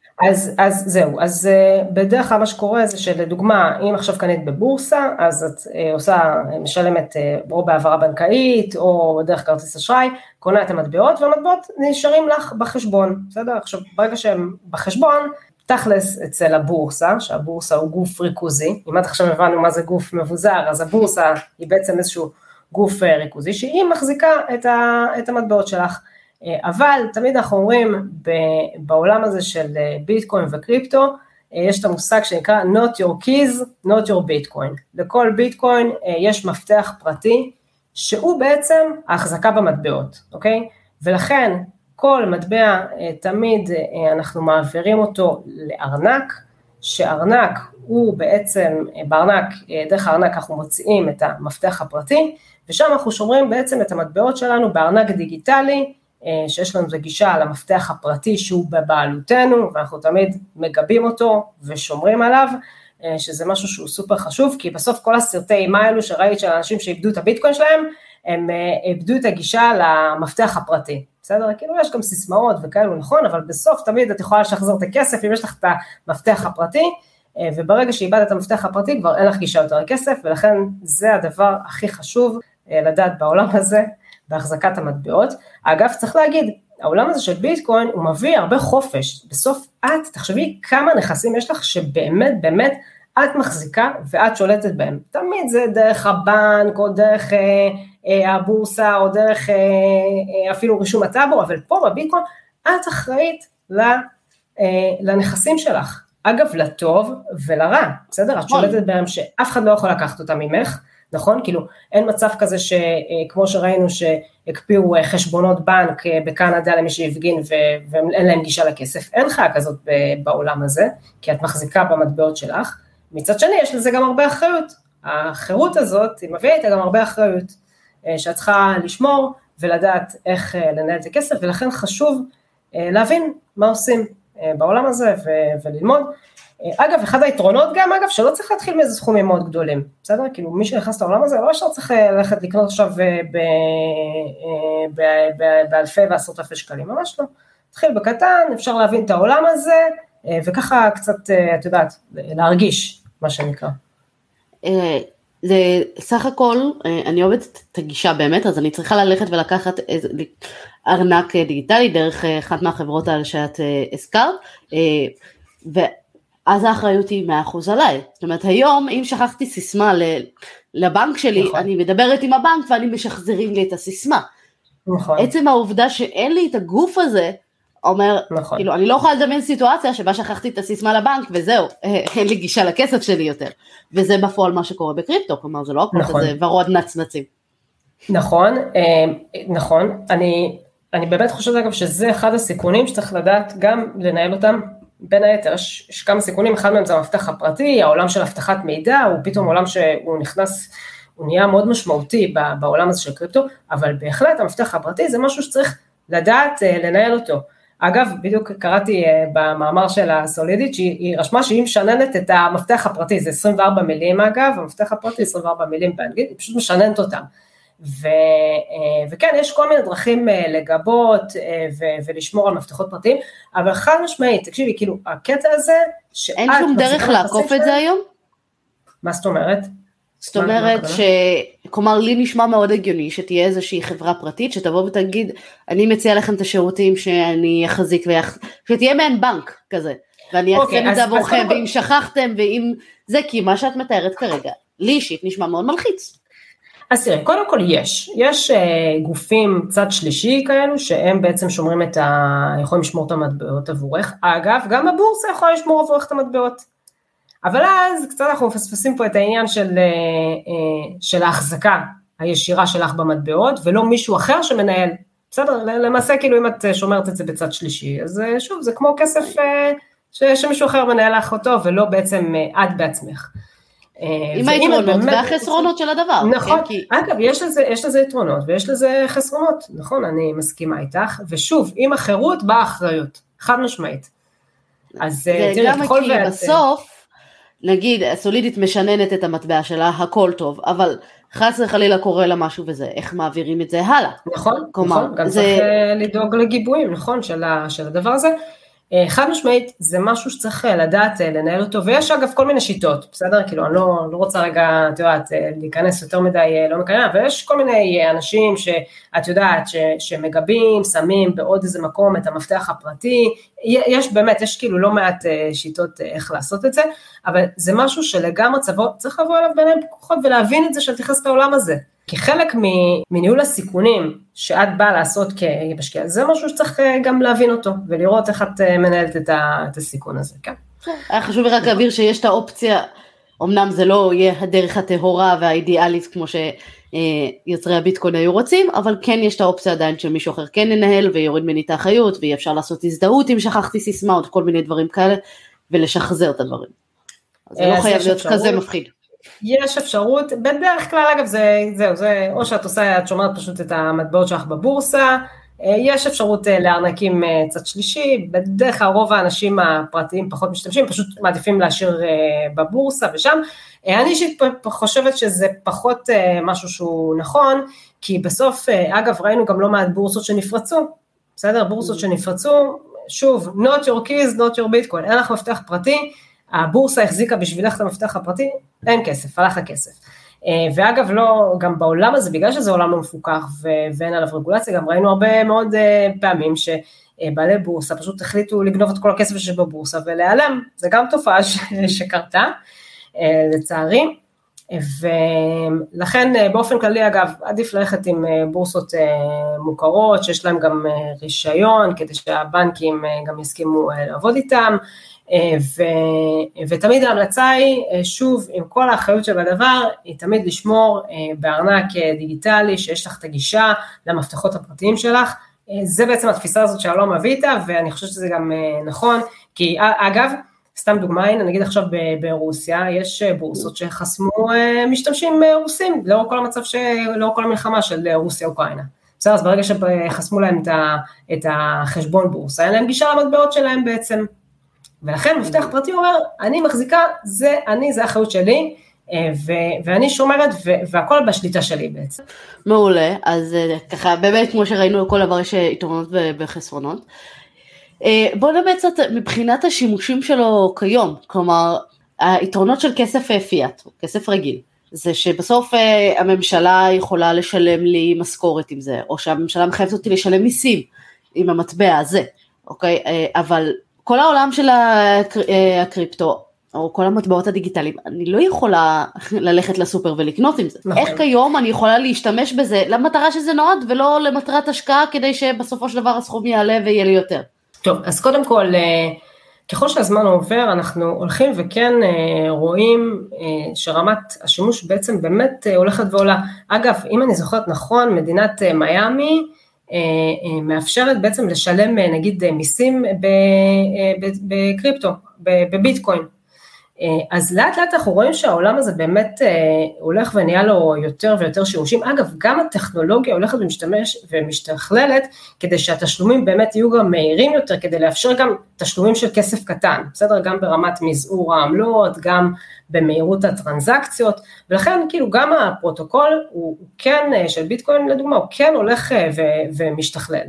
אז זהו, אז בדרך כלל מה שקורה זה שלדוגמה, אם עכשיו קנית בבורסה, אז את משלמת או בעברה בנקאית, או דרך כרטיס אשראי, קונה את המטבעות, והמטבעות נשארים לך בחשבון, בסדר? עכשיו, ברגע שהם בחשבון, תכלס אצל הבורסה, שהבורסה הוא גוף ריכוזי, אם עד עכשיו הבנו מה זה גוף מבוזר, אז הבורסה היא בעצם איזשהו גוף ריכוזי, שהיא מחזיקה את המטבעות שלך, אבל תמיד אנחנו אומרים, בעולם הזה של ביטקוין וקריפטו, יש את המושג שנקרא not your keys, not your bitcoin. לכל ביטקוין יש מפתח פרטי, שהוא בעצם ההחזקה במטבעות, אוקיי? ולכן כל מטבע תמיד אנחנו מעבירים אותו לארנק, שארנק הוא בעצם, בארנק, דרך הארנק אנחנו מוציאים את המפתח הפרטי, ושם אנחנו שומרים בעצם את המטבעות שלנו בארנק דיגיטלי, שיש לנו גישה על המפתח הפרטי שהוא בבעלותנו, ואנחנו תמיד מגבים אותו ושומרים עליו, שזה משהו שהוא סופר חשוב, כי בסוף כל הסרטי אימה האלו שראית של האנשים שאיבדו את הביטקוין שלהם, הם איבדו את הגישה למפתח הפרטי, בסדר? כאילו יש גם סיסמאות וכאלו נכון, אבל בסוף תמיד את יכולה לשחזר את הכסף, אם יש לך את המפתח הפרטי, וברגע שאיבדת את המפתח הפרטי, כבר אין לך גישה יותר לכסף, ולכן זה הדבר הכי חשוב לדעת בעולם הזה, בהחזקת המטבעות. אגב, צריך להגיד, העולם הזה של ביטקוין, הוא מביא הרבה חופש. בסוף תחשבי כמה נכסים יש לך, שבאמת, באמת, את מחזיקה, ואת שולטת בהם. תמיד זה דרך הבנק, או דרך הבורסה, או דרך אפילו רישום הטאבו, אבל פה בביטקוין, את אחראית לנכסים שלך. אגב, לטוב ולרע, בסדר? את שולטת בהם שאף אחד לא יכול לקחת אותם ממך, נכון? כאילו, אין מצב כזה שכמו שראינו שהקפיאו חשבונות בנק בקנדה למי שהפגין ואין להם גישה לכסף, אין חיה כזאת בעולם הזה, כי את מחזיקה במטבעות שלך, מצד שני יש לזה גם הרבה אחריות, החירות הזאת היא מביאה איתה גם הרבה אחריות, שאת צריכה לשמור ולדעת איך לנהל את הכסף, ולכן חשוב להבין מה עושים בעולם הזה וללמוד, אגב, אחד היתרונות גם, אגב, שלא צריך להתחיל מאיזה סכומים מאוד גדולים, בסדר? כאילו, מי שנכנס לעולם הזה, לא אפשר צריך ללכת לקנות עכשיו באלפי ועשרות אלפי שקלים, ממש לא. תתחיל בקטן, אפשר להבין את העולם הזה, וככה קצת, את יודעת, להרגיש, מה שנקרא. זה סך הכל, אני אוהבת את הגישה באמת, אז אני צריכה ללכת ולקחת ארנק דיגיטלי, דרך אחת מהחברות האלה שאת הזכרת, אז האחריות היא 100% עליי, זאת אומרת היום אם שכחתי סיסמה לבנק שלי, נכון. אני מדברת עם הבנק ואני משחזרים לי את הסיסמה, נכון. עצם העובדה שאין לי את הגוף הזה, אומר, נכון. כאילו, אני לא יכולה לדמיין סיטואציה שבה שכחתי את הסיסמה לבנק, וזהו, אין לי גישה לכסף שלי יותר. וזה בפועל מה שקורה בקריפטו, כלומר, זה לא הכל כזה ורוד נצנצים. נכון, נכון. אני באמת חושבת, אגב, שזה אחד הסיכונים שצריך לדעת גם לנהל אותם. בין היתר, יש כמה סיכונים, אחד מהם זה המפתח הפרטי, העולם של הבטחת מידע, הוא פתאום עולם שהוא נכנס, הוא נהיה מאוד משמעותי בעולם הזה של קריפטו, אבל בהחלט המפתח הפרטי זה משהו שצריך לדעת לנהל אותו. אגב, בדיוק קראתי במאמר של הסולידית, שהיא רשמה שהיא משננת את המפתח הפרטי, זה 24 מילים אגב, המפתח הפרטי 24 מילים באנגלית, היא פשוט משננת אותם. וכן, יש כל מיני דרכים לגבות ולשמור על מפתחות פרטיים, אבל חד משמעית, תקשיבי, כאילו, הקטע הזה, אין שום דרך לעקוף את זה היום? מה זאת אומרת? זאת אומרת כלומר, לי נשמע מאוד הגיוני, שתהיה איזושהי חברה פרטית, שתבוא ותגיד, אני מציע לכם את השירותים שאני אחזיק, שתהיה מעין בנק כזה, ואני אעשה את זה עבורכם, ואם שכחתם, ואם זה, כי מה שאת מתארת כרגע, לי אישית נשמע מאוד מלחיץ. אז תראה, קודם כל יש גופים צד שלישי כאלו, שהם בעצם שומרים יכולים לשמור את המטבעות עבורך, אגב, גם הבורסה יכולה לשמור עבורך את המטבעות, אבל אז קצת אנחנו מפספסים פה את העניין של ההחזקה הישירה שלך במטבעות, ולא מישהו אחר שמנהל, בסדר, למעשה כאילו אם את שומרת את זה בצד שלישי, אז שוב, זה כמו כסף שמישהו אחר מנהל לך אותו, ולא בעצם את בעצמך. עם היתרונות והחסרונות של הדבר. נכון, אגב, יש לזה יתרונות ויש לזה חסרונות, נכון, אני מסכימה איתך, ושוב, עם החירות באה אחריות, חד משמעית. אז תראי, גם כי בסוף, נגיד, הסולידית משננת את המטבע שלה, הכל טוב, אבל חס וחלילה קורה לה משהו וזה, איך מעבירים את זה הלאה. נכון, גם צריך לדאוג לגיבויים, נכון, של הדבר הזה. חד משמעית, זה משהו שצריך לדעת לנהל אותו, ויש אגב כל מיני שיטות, בסדר? כאילו, אני לא רוצה רגע, את יודעת, להיכנס יותר מדי, לא מקרנה, אבל יש כל מיני אנשים שאת יודעת, שמגבים, שמים בעוד איזה מקום את המפתח הפרטי, יש באמת, יש כאילו לא מעט שיטות איך לעשות את זה, אבל זה משהו שלגמרי צריך לבוא אליו בעיניים פקוחות, ולהבין את זה שאת נכנסת לעולם הזה. כי חלק מניהול הסיכונים שאת באה לעשות כמשקיע, זה משהו שצריך גם להבין אותו, ולראות איך את מנהלת את הסיכון הזה, כן? היה חשוב רק להעביר שיש את האופציה, אמנם זה לא יהיה הדרך הטהורה והאידיאלית, כמו שיוצרי הביטקוין היו רוצים, אבל כן יש את האופציה עדיין של מישהו אחר כן לנהל, ויוריד ממני את האחריות, ואי אפשר לעשות הזדהות אם שכחתי סיסמה, עוד כל מיני דברים כאלה, ולשחזר את הדברים. אז זה לא חייב להיות כזה מפחיד. יש אפשרות, בדרך כלל אגב זה או שאת עושה, את שומעת פשוט את המטבעות שלך בבורסה, יש אפשרות לארנקים צד שלישי, בדרך כלל רוב האנשים הפרטיים פחות משתמשים, פשוט מעדיפים להשאיר בבורסה ושם, אני אישית חושבת שזה פחות משהו שהוא נכון, כי בסוף אגב ראינו גם לא מעט בורסות שנפרצו, בסדר? בורסות שנפרצו, שוב, not your keys, not your bitcoin, אין לך מפתח פרטי, הבורסה החזיקה בשבילך את המפתח הפרטי, אין כסף, הלך הכסף. ואגב, לא, גם בעולם הזה, בגלל שזה עולם לא מפוקח ואין עליו רגולציה, גם ראינו הרבה מאוד פעמים שבעלי בורסה פשוט החליטו לגנוב את כל הכסף שיש בבורסה ולהיעלם, זה גם תופעה שקרתה, לצערי, ולכן באופן כללי, אגב, עדיף ללכת עם בורסות מוכרות, שיש להם גם רישיון, כדי שהבנקים גם יסכימו לעבוד איתם, ותמיד ההמלצה היא, שוב, עם כל האחריות של הדבר, היא תמיד לשמור בארנק דיגיטלי, שיש לך את הגישה למפתחות הפרטיים שלך, זה בעצם התפיסה הזאת שהלא מביא איתה, ואני חושבת שזה גם נכון, כי אגב, סתם דוגמה, אני אגיד עכשיו ברוסיה, יש בורסות שחסמו משתמשים רוסים, לאור כל המצב, לאור כל המלחמה של רוסיה-אוקראינה. בסדר, אז ברגע שחסמו להם את החשבון בורסה, אין להם גישה למטבעות שלהם בעצם, ולכן מפתח פרטי אומר, אני מחזיקה, זה האחריות שלי, ואני שומרת, והכל בשליטה שלי בעצם. מעולה, אז ככה, באמת כמו שראינו, כל דבר יש יתרונות וחסרונות. בוא נדבר קצת מבחינת השימושים שלו כיום, כלומר, היתרונות של כסף פיאט, כסף רגיל, זה שבסוף הממשלה יכולה לשלם לי משכורת עם זה, או שהממשלה מחייבת אותי לשלם מיסים עם המטבע הזה, אוקיי? אבל כל העולם של הקריפטו, או כל המטבעות הדיגיטליים, אני לא יכולה ללכת לסופר ולקנות עם זה. נכון. איך כיום אני יכולה להשתמש בזה, למטרה שזה נועד, ולא למטרת השקעה, כדי שבסופו של דבר הסכום יעלה ויהיה לי יותר? טוב, אז קודם כל, ככל שהזמן עובר, אנחנו הולכים וכן רואים שרמת השימוש בעצם באמת הולכת ועולה. אגב, אם אני זוכרת נכון, מדינת מיאמי מאפשרת בעצם לשלם נגיד מיסים בקריפטו, בביטקוין. אז לאט לאט אנחנו רואים שהעולם הזה באמת הולך ונהיה לו יותר ויותר שימושים. אגב, גם הטכנולוגיה הולכת ומשתכללת, כדי שהתשלומים באמת יהיו גם מהירים יותר, כדי לאפשר גם תשלומים של כסף קטן, בסדר? גם ברמת מזעור העמלות, גם במהירות הטרנזקציות, ולכן כאילו גם הפרוטוקול הוא כן, של ביטקוין לדוגמה, הוא כן הולך ומשתכלל.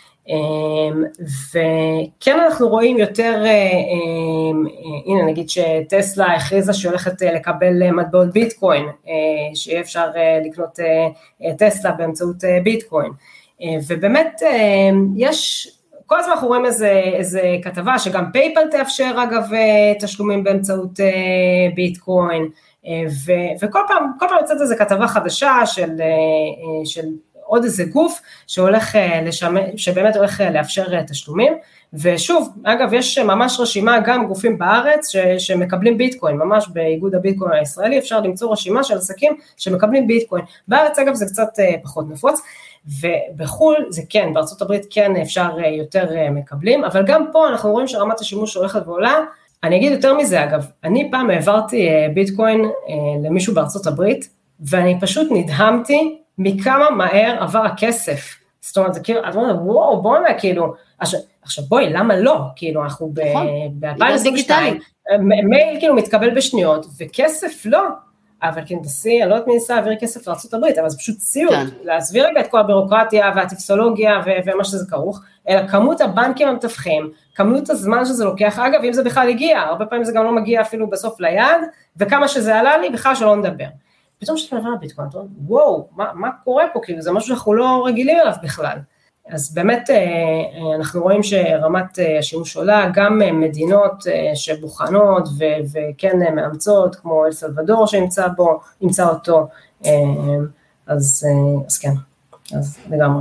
וכן אנחנו רואים יותר, הנה נגיד שטסלה הכריזה שהולכת לקבל מטבעות ביטקוין, שיהיה אפשר לקנות טסלה באמצעות ביטקוין, ובאמת יש, כל הזמן אנחנו רואים איזה כתבה שגם פייפל תאפשר אגב תשלומים באמצעות ביטקוין, וכל פעם יוצאת איזו כתבה חדשה של עוד איזה גוף שבאמת הולך לאפשר תשלומים, ושוב, אגב, יש ממש רשימה, גם גופים בארץ שמקבלים ביטקוין, ממש באיגוד הביטקוין הישראלי, אפשר למצוא רשימה של עסקים שמקבלים ביטקוין, בארץ אגב זה קצת פחות נפוץ, ובחול זה כן, בארצות הברית כן אפשר יותר מקבלים, אבל גם פה אנחנו רואים שרמת השימוש הולכת ועולה. אני אגיד יותר מזה אגב, אני פעם העברתי ביטקוין למישהו בארצות הברית, ואני פשוט נדהמתי, מכמה מהר עבר הכסף, זאת אומרת, זה כאילו, את אומרת, וואו, בוא נע, כאילו, עכשיו בואי, למה לא? כאילו, אנחנו ב-2022, מייל כאילו מתקבל בשניות, וכסף לא, אבל כאילו, אני לא יודעת מי ניסה להעביר כסף לארצות הברית, אבל זה פשוט ציוד, להסביר רגע את כל הבירוקרטיה והטפסולוגיה ומה שזה כרוך, אלא כמות הבנקים המתווכים, כמות הזמן שזה לוקח, אגב, אם זה בכלל הגיע, הרבה פעמים זה גם לא מגיע אפילו בסוף ליד, וכמה שזה עלה לי, בכלל שלא נדבר. פתאום שאתה מדבר על ביטקוין, אתה אומר, וואו, מה קורה פה? כאילו, זה משהו שאנחנו לא רגילים אליו בכלל. אז באמת אנחנו רואים שרמת השימוש עולה, גם מדינות שבוחנות וכן מאמצות, כמו אל סלבדור שימצא אותו, אז כן, אז לגמרי.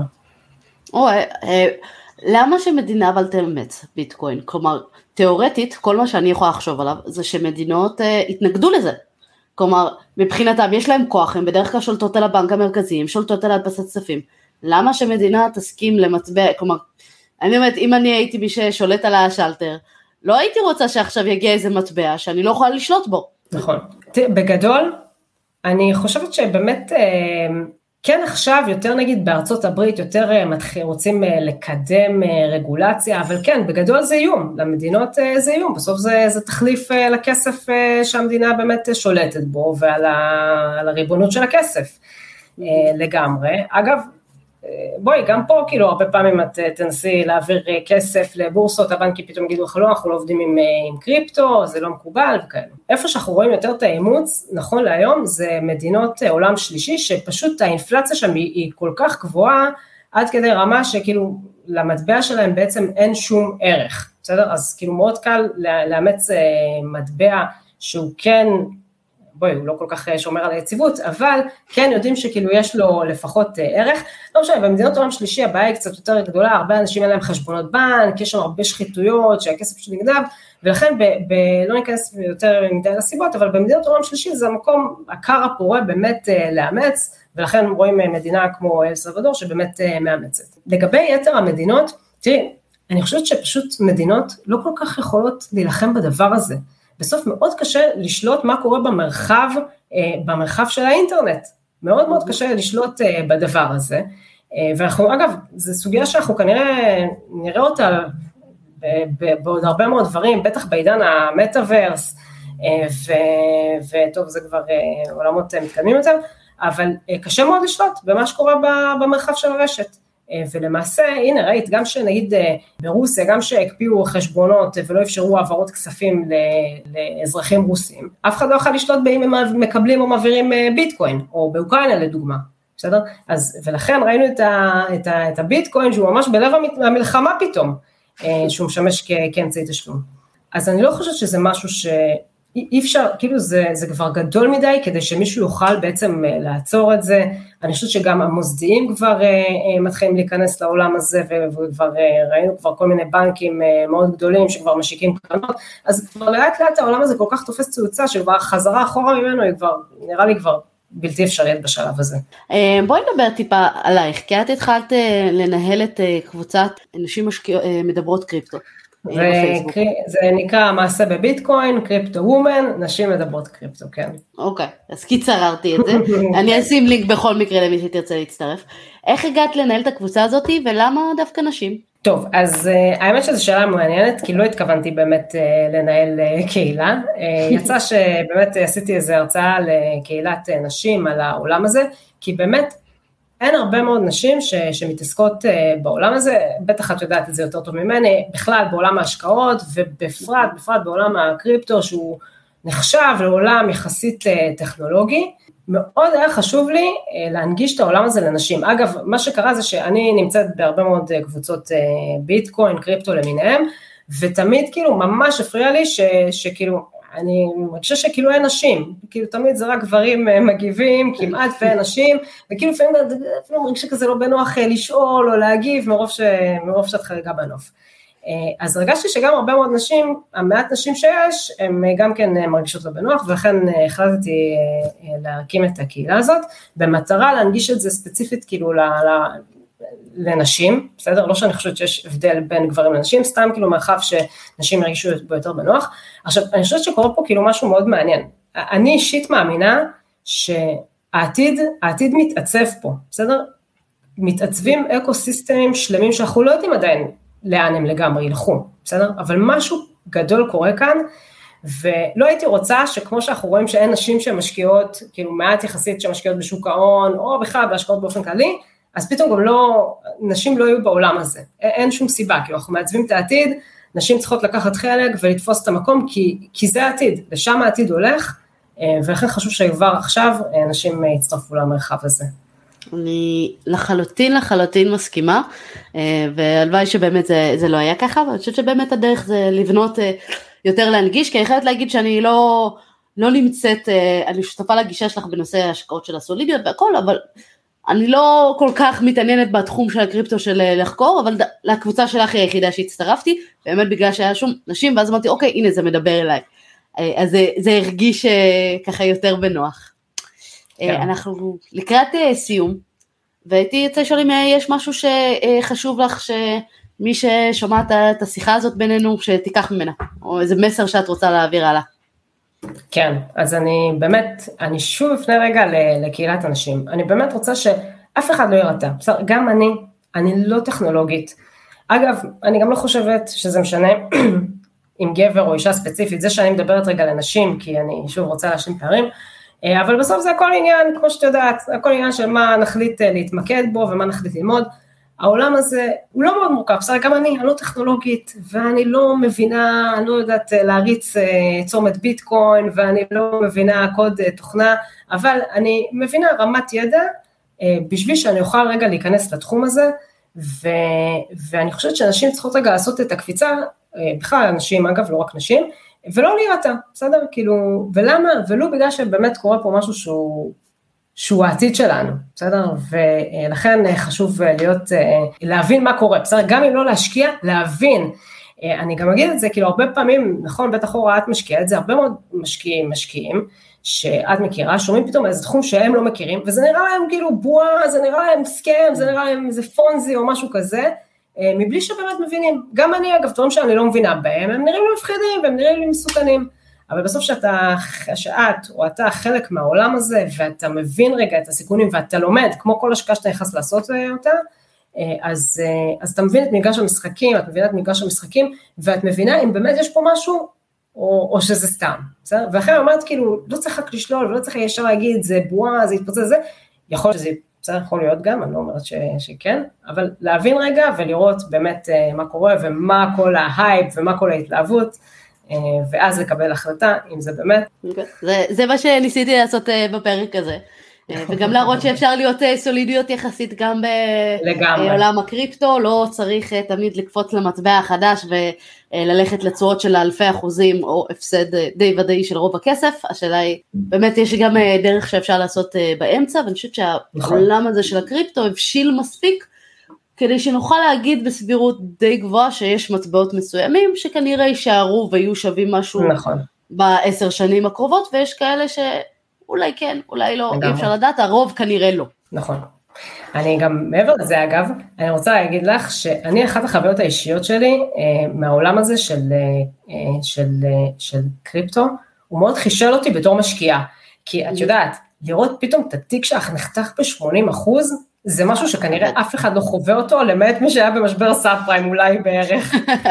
למה שמדינה אבל תאמץ ביטקוין? כלומר, תיאורטית, כל מה שאני יכולה לחשוב עליו, זה שמדינות התנגדו לזה. כלומר, מבחינתם יש להם כוח, הם בדרך כלל שולטות על הבנק המרכזי, הם שולטות על הדפסת כספים. למה שמדינה תסכים למטבע, כלומר, אני אומרת, אם אני הייתי מי ששולט על השלטר, לא הייתי רוצה שעכשיו יגיע איזה מטבע שאני לא יכולה לשלוט בו. נכון. בגדול, אני חושבת שבאמת, כן עכשיו יותר נגיד בארצות הברית, יותר רוצים לקדם רגולציה, אבל כן, בגדול זה איום, למדינות זה איום, בסוף זה תחליף לכסף שהמדינה באמת שולטת בו, ועל הריבונות של הכסף לגמרי. אגב, בואי, גם פה כאילו הרבה פעמים את תנסי להעביר כסף לבורסות, הבנקים פתאום יגידו לך לא, אנחנו לא עובדים עם קריפטו, זה לא מקובל וכאלה. איפה שאנחנו רואים יותר את האימוץ, נכון להיום, זה מדינות עולם שלישי, שפשוט האינפלציה שם היא כל כך גבוהה, עד כדי רמה שכאילו למטבע שלהם בעצם אין שום ערך, בסדר? אז כאילו מאוד קל לאמץ מטבע שהוא כן, בואי, הוא לא כל כך שומר על היציבות, אבל כן יודעים שכאילו יש לו לפחות ערך, לא משנה, במדינות עולם שלישי הבעיה היא קצת יותר גדולה, הרבה אנשים אין להם חשבונות בנק, יש שם הרבה שחיתויות, שהכסף פשוט נגנב, ולכן לא ניכנס יותר מדי לסיבות, אבל במדינות עולם שלישי זה המקום, הקר הפורה באמת לאמץ, ולכן רואים מדינה כמו אל סלבדור שבאמת מאמצת. לגבי יתר המדינות, תראי, אני חושבת שפשוט מדינות לא כל כך יכולות להילחם בדבר הזה, בסוף מאוד קשה לשלוט מה קורה במרחב של האינטרנט, מאוד מאוד קשה לשלוט בדבר הזה, ואנחנו אגב, זו סוגיה שאנחנו כנראה נראה אותה בעוד הרבה מאוד דברים, בטח בעידן המטאברס, וטוב זה כבר עולמות מתקדמים יותר, אבל קשה מאוד לשלוט במה שקורה במרחב של הרשת, ולמעשה, הנה ראית, גם שנגיד ברוסיה, גם שהקפיאו חשבונות ולא אפשרו העברות כספים לאזרחים רוסים, אף אחד לא יכול לשלוט באם הם מקבלים או מעבירים ביטקוין, או באוקראינה לדוגמה, בסדר? אז, ולכן ראינו את הביטקוין שהוא ממש בלב המלחמה פתאום, שהוא משמש כאמצעי תשלום. אז אני לא חושבת שזה משהו אי אפשר, כאילו זה כבר גדול מדי, כדי שמישהו יוכל בעצם לעצור את זה, אני חושבת שגם המוסדיים כבר מתחילים להיכנס לעולם הזה, וכבר ראינו כבר כל מיני בנקים מאוד גדולים, שכבר משיקים קרנות, אז כבר לאט לאט העולם הזה כל כך תופס תאוצה, שכבר חזרה אחורה ממנו, היא כבר, נראה לי כבר בלתי אפשרית בשלב הזה. בואי נדבר טיפה עלייך, כי את התחלת לנהל את קבוצת נשים מדברות קריפטו. זה נקרא מעשה בביטקוין, קריפטו וומן, נשים מדברות קריפטו, כן. אוקיי, אז קיצרתי את זה, אני אשים לינק בכל מקרה למי שתרצה להצטרף. איך הגעת לנהל את הקבוצה הזאת ולמה דווקא נשים? טוב, אז האמת שזו שאלה מעניינת, כי לא התכוונתי באמת לנהל קהילה, יצא שבאמת עשיתי איזו הרצאה לקהילת נשים על העולם הזה, כי באמת אין הרבה מאוד נשים שמתעסקות בעולם הזה, בטח את יודעת את זה יותר טוב ממני, בכלל בעולם ההשקעות, ובפרט בעולם הקריפטו, שהוא נחשב לעולם יחסית טכנולוגי, מאוד היה חשוב לי להנגיש את העולם הזה לנשים. אגב, מה שקרה זה שאני נמצאת בהרבה מאוד קבוצות ביטקוין, קריפטו למיניהם, ותמיד כאילו ממש הפריע לי שכאילו, אני מרגישה שכאילו אין נשים, כאילו תמיד זה רק גברים מגיבים, כמעט ואין נשים, וכאילו לפעמים מרגישה כזה לא בנוח לשאול או להגיב, מרוב שאת חריגה בנוף. אז הרגשתי שגם הרבה מאוד נשים, המעט נשים שיש, הן גם כן מרגישות לא בנוח, ולכן החלטתי להקים את הקהילה הזאת, במטרה להנגיש את זה ספציפית כאילו לנשים, בסדר? לא שאני חושבת שיש הבדל בין גברים לנשים, סתם כאילו מרחב שנשים ירגישו בו יותר בנוח. עכשיו, אני חושבת שקורה פה כאילו משהו מאוד מעניין. אני אישית מאמינה שהעתיד מתעצב פה, בסדר? מתעצבים אקוסיסטמים שלמים שאנחנו לא יודעים עדיין לאן הם לגמרי ילכו, בסדר? אבל משהו גדול קורה כאן, ולא הייתי רוצה שכמו שאנחנו רואים שאין נשים שמשקיעות, כאילו מעט יחסית שמשקיעות בשוק ההון, או בכלל בהשקעות באופן כללי, אז פתאום גם נשים לא יהיו בעולם הזה, אין שום סיבה, כאילו אנחנו מעצבים את העתיד, נשים צריכות לקחת חלק ולתפוס את המקום, כי זה העתיד, לשם העתיד הולך, ולכן חשוב שכבר עכשיו נשים יצטרפו למרחב הזה. אני לחלוטין מסכימה, והלוואי שבאמת זה לא היה ככה, ואני חושבת שבאמת הדרך זה לבנות יותר להנגיש, כי אני חייבת להגיד שאני לא נמצאת, אני שותפה לגישה שלך בנושא ההשקעות של הסולידיות והכל, אבל אני לא כל כך מתעניינת בתחום של הקריפטו של לחקור, אבל לקבוצה שלך היא היחידה שהצטרפתי, באמת בגלל שהיה שום נשים, ואז אמרתי, אוקיי, הנה זה מדבר אליי, אז זה הרגיש ככה יותר בנוח. אנחנו לקראת סיום, והייתי רוצה לשאול אם יש משהו שחשוב לך, שמי ששומעת את השיחה הזאת בינינו, שתיקח ממנה, או איזה מסר שאת רוצה להעביר הלאה. כן, אז אני שוב לפני רגע לקהילת אנשים, אני באמת רוצה שאף אחד לא ירתע, גם אני לא טכנולוגית, אגב, אני גם לא חושבת שזה משנה אם גבר או אישה ספציפית, זה שאני מדברת רגע לנשים, כי אני שוב רוצה להשלים פערים, אבל בסוף זה הכל עניין, כמו שאת יודעת, הכל עניין של מה נחליט להתמקד בו, ומה נחליט ללמוד, העולם הזה הוא לא מאוד מורכב, בסדר, גם אני לא טכנולוגית, ואני לא מבינה, אני לא יודעת להריץ צומת ביטקוין, ואני לא מבינה קוד תוכנה, אבל אני מבינה רמת ידע, בשביל שאני אוכל רגע להיכנס לתחום הזה, ואני חושבת שאנשים צריכות רגע לעשות את הקפיצה, בכלל אנשים, אגב, לא רק נשים, ולא להירתע, בסדר? כאילו, ולמה? ולא בגלל שבאמת קורה פה משהו שהוא העתיד שלנו, בסדר? ולכן חשוב להבין מה קורה, בסדר? גם אם לא להשקיע, להבין. אני גם אגיד את זה, כאילו, הרבה פעמים, נכון, בטח הוראה את משקיעה את זה, הרבה מאוד משקיעים, שאת מכירה, שומעים פתאום איזה תחום שהם לא מכירים, וזה נראה להם כאילו בועה, זה נראה להם סקם, זה נראה להם איזה פונזי או משהו כזה, מבלי שבאמת מבינים, גם אני אגב, דברים שאני לא מבינה בהם, הם נראים לי מפחידים, והם נראים לי מסוכנים, אבל בסוף שאת או אתה חלק מהעולם הזה, ואתה מבין רגע את הסיכונים, ואתה לומד, כמו כל השקעה שאתה נכנס לעשות אותה, אז אתה מבין את מגרש המשחקים, את מבינה את מגרש המשחקים, ואת מבינה אם באמת יש פה משהו, או שזה סתם, בסדר? ואחרי אומרת, כאילו, לא צריך רק לשלול, ולא צריך ישר להגיד, זה בועה, זה יתפוצץ, זה, יכול שזה בסדר, יכול להיות גם, אני לא אומרת שכן, אבל להבין רגע ולראות באמת מה קורה, ומה כל ההייפ, ומה כל ההתלהבות, ואז לקבל החלטה, אם זה באמת. זה מה שניסיתי לעשות בפרק הזה. וגם להראות שאפשר להיות סולידיות יחסית גם בעולם הקריפטו, לא צריך תמיד לקפוץ למטבע החדש וללכת לצורות של אלפי אחוזים או הפסד די ודאי של רוב הכסף, השאלה היא, באמת יש גם דרך שאפשר לעשות באמצע, ואני חושבת שהעולם הזה של הקריפטו הבשיל מספיק, כדי שנוכל להגיד בסבירות די גבוהה שיש מטבעות מסוימים, שכנראה יישארו ויהיו שווים משהו ב10 שנים הקרובות, ויש כאלה שאולי כן, אולי לא, אי אפשר לדעת, הרוב כנראה לא. נכון. אני גם מעבר לזה אגב, אני רוצה להגיד לך שאני אחת החוויות האישיות שלי, מהעולם הזה של קריפטו, הוא מאוד חישל אותי בתור משקיעה, כי את יודעת, לראות פתאום את התיק שלך נחתך ב-80%, זה משהו שכנראה אף אחד לא חווה אותו, למעט מי שהיה במשבר סאב פריים אולי בערך.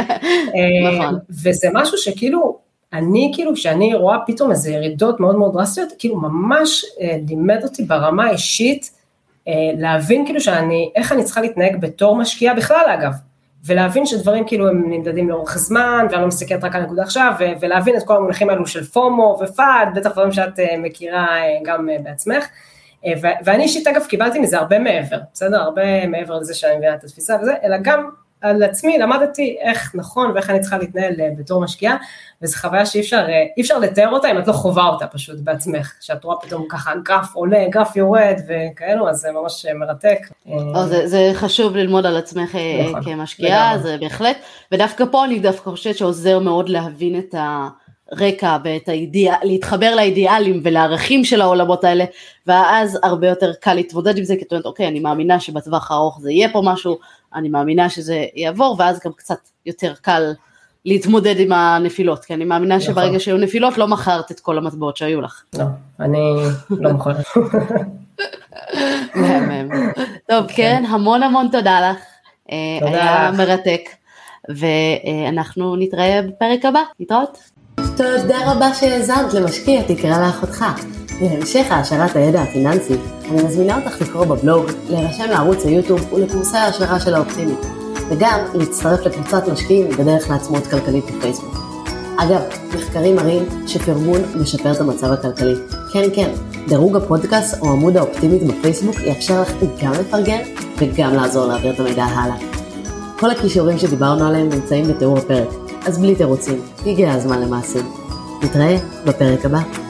וזה משהו שכאילו, כשאני רואה פתאום איזה ירידות מאוד מאוד דרסטיות, כאילו ממש לימד אותי ברמה האישית, להבין כאילו איך אני צריכה להתנהג בתור משקיעה בכלל אגב, ולהבין שדברים כאילו הם נמדדים לאורך זמן, ואני לא מסתכלת רק על נקודה עכשיו, ולהבין את כל המונחים האלו של פומו ופאד, בטח דברים שאת מכירה גם בעצמך, ואני אישית אגב קיבלתי מזה הרבה מעבר, בסדר? הרבה מעבר לזה שאני מבינה את התפיסה וזה, אלא גם על עצמי למדתי איך נכון ואיך אני צריכה להתנהל בתור משקיעה, וזו חוויה שאי אפשר לתאר אותה אם את לא חווה אותה פשוט בעצמך, שאת רואה פתאום ככה גרף עולה, גרף יורד וכאלו, אז זה ממש מרתק. זה חשוב ללמוד על עצמך כמשקיעה, זה בהחלט, ודווקא פה אני דווקא חושבת שעוזר מאוד להבין את הרקע ואת להתחבר לאידיאלים ולערכים של העולמות האלה, ואז הרבה יותר קל להתמודד עם זה, כי את אומרת, אוקיי, אני מאמינה שבטווח הארוך זה יהיה פה משהו, אני מאמינה שזה יעבור, ואז גם קצת יותר קל להתמודד עם הנפילות, כי אני מאמינה שברגע שהיו נפילות, לא מכרת את כל המטבעות שהיו לך. לא, אני לא מכרת. טוב, קרן, המון המון תודה לך. היה מרתק, ואנחנו נתראה בפרק הבא. נתראות. תודה רבה שהאזנת למשקיע תקרא לאחותך. להמשך העשרת הידע הפיננסי, אני מזמינה אותך לקרוא בבלוג, להירשם לערוץ היוטיוב ולקורסי ההשערה של האופטימית, וגם להצטרף לקבוצת משקיעים בדרך לעצמאות כלכלית בפייסבוק. אגב, מחקרים מראים שפרגון משפר את המצב הכלכלי. כן, דירוג הפודקאסט או עמוד האופטימית בפייסבוק יאפשר לך גם לפרגן וגם לעזור להעביר את המידע הלאה. כל הכישורים שדיברנו עליהם נמצאים בתיאור הפרק, אז בלי תירוצים, הגיע הזמן למעשים. נתראה בפרק הבא.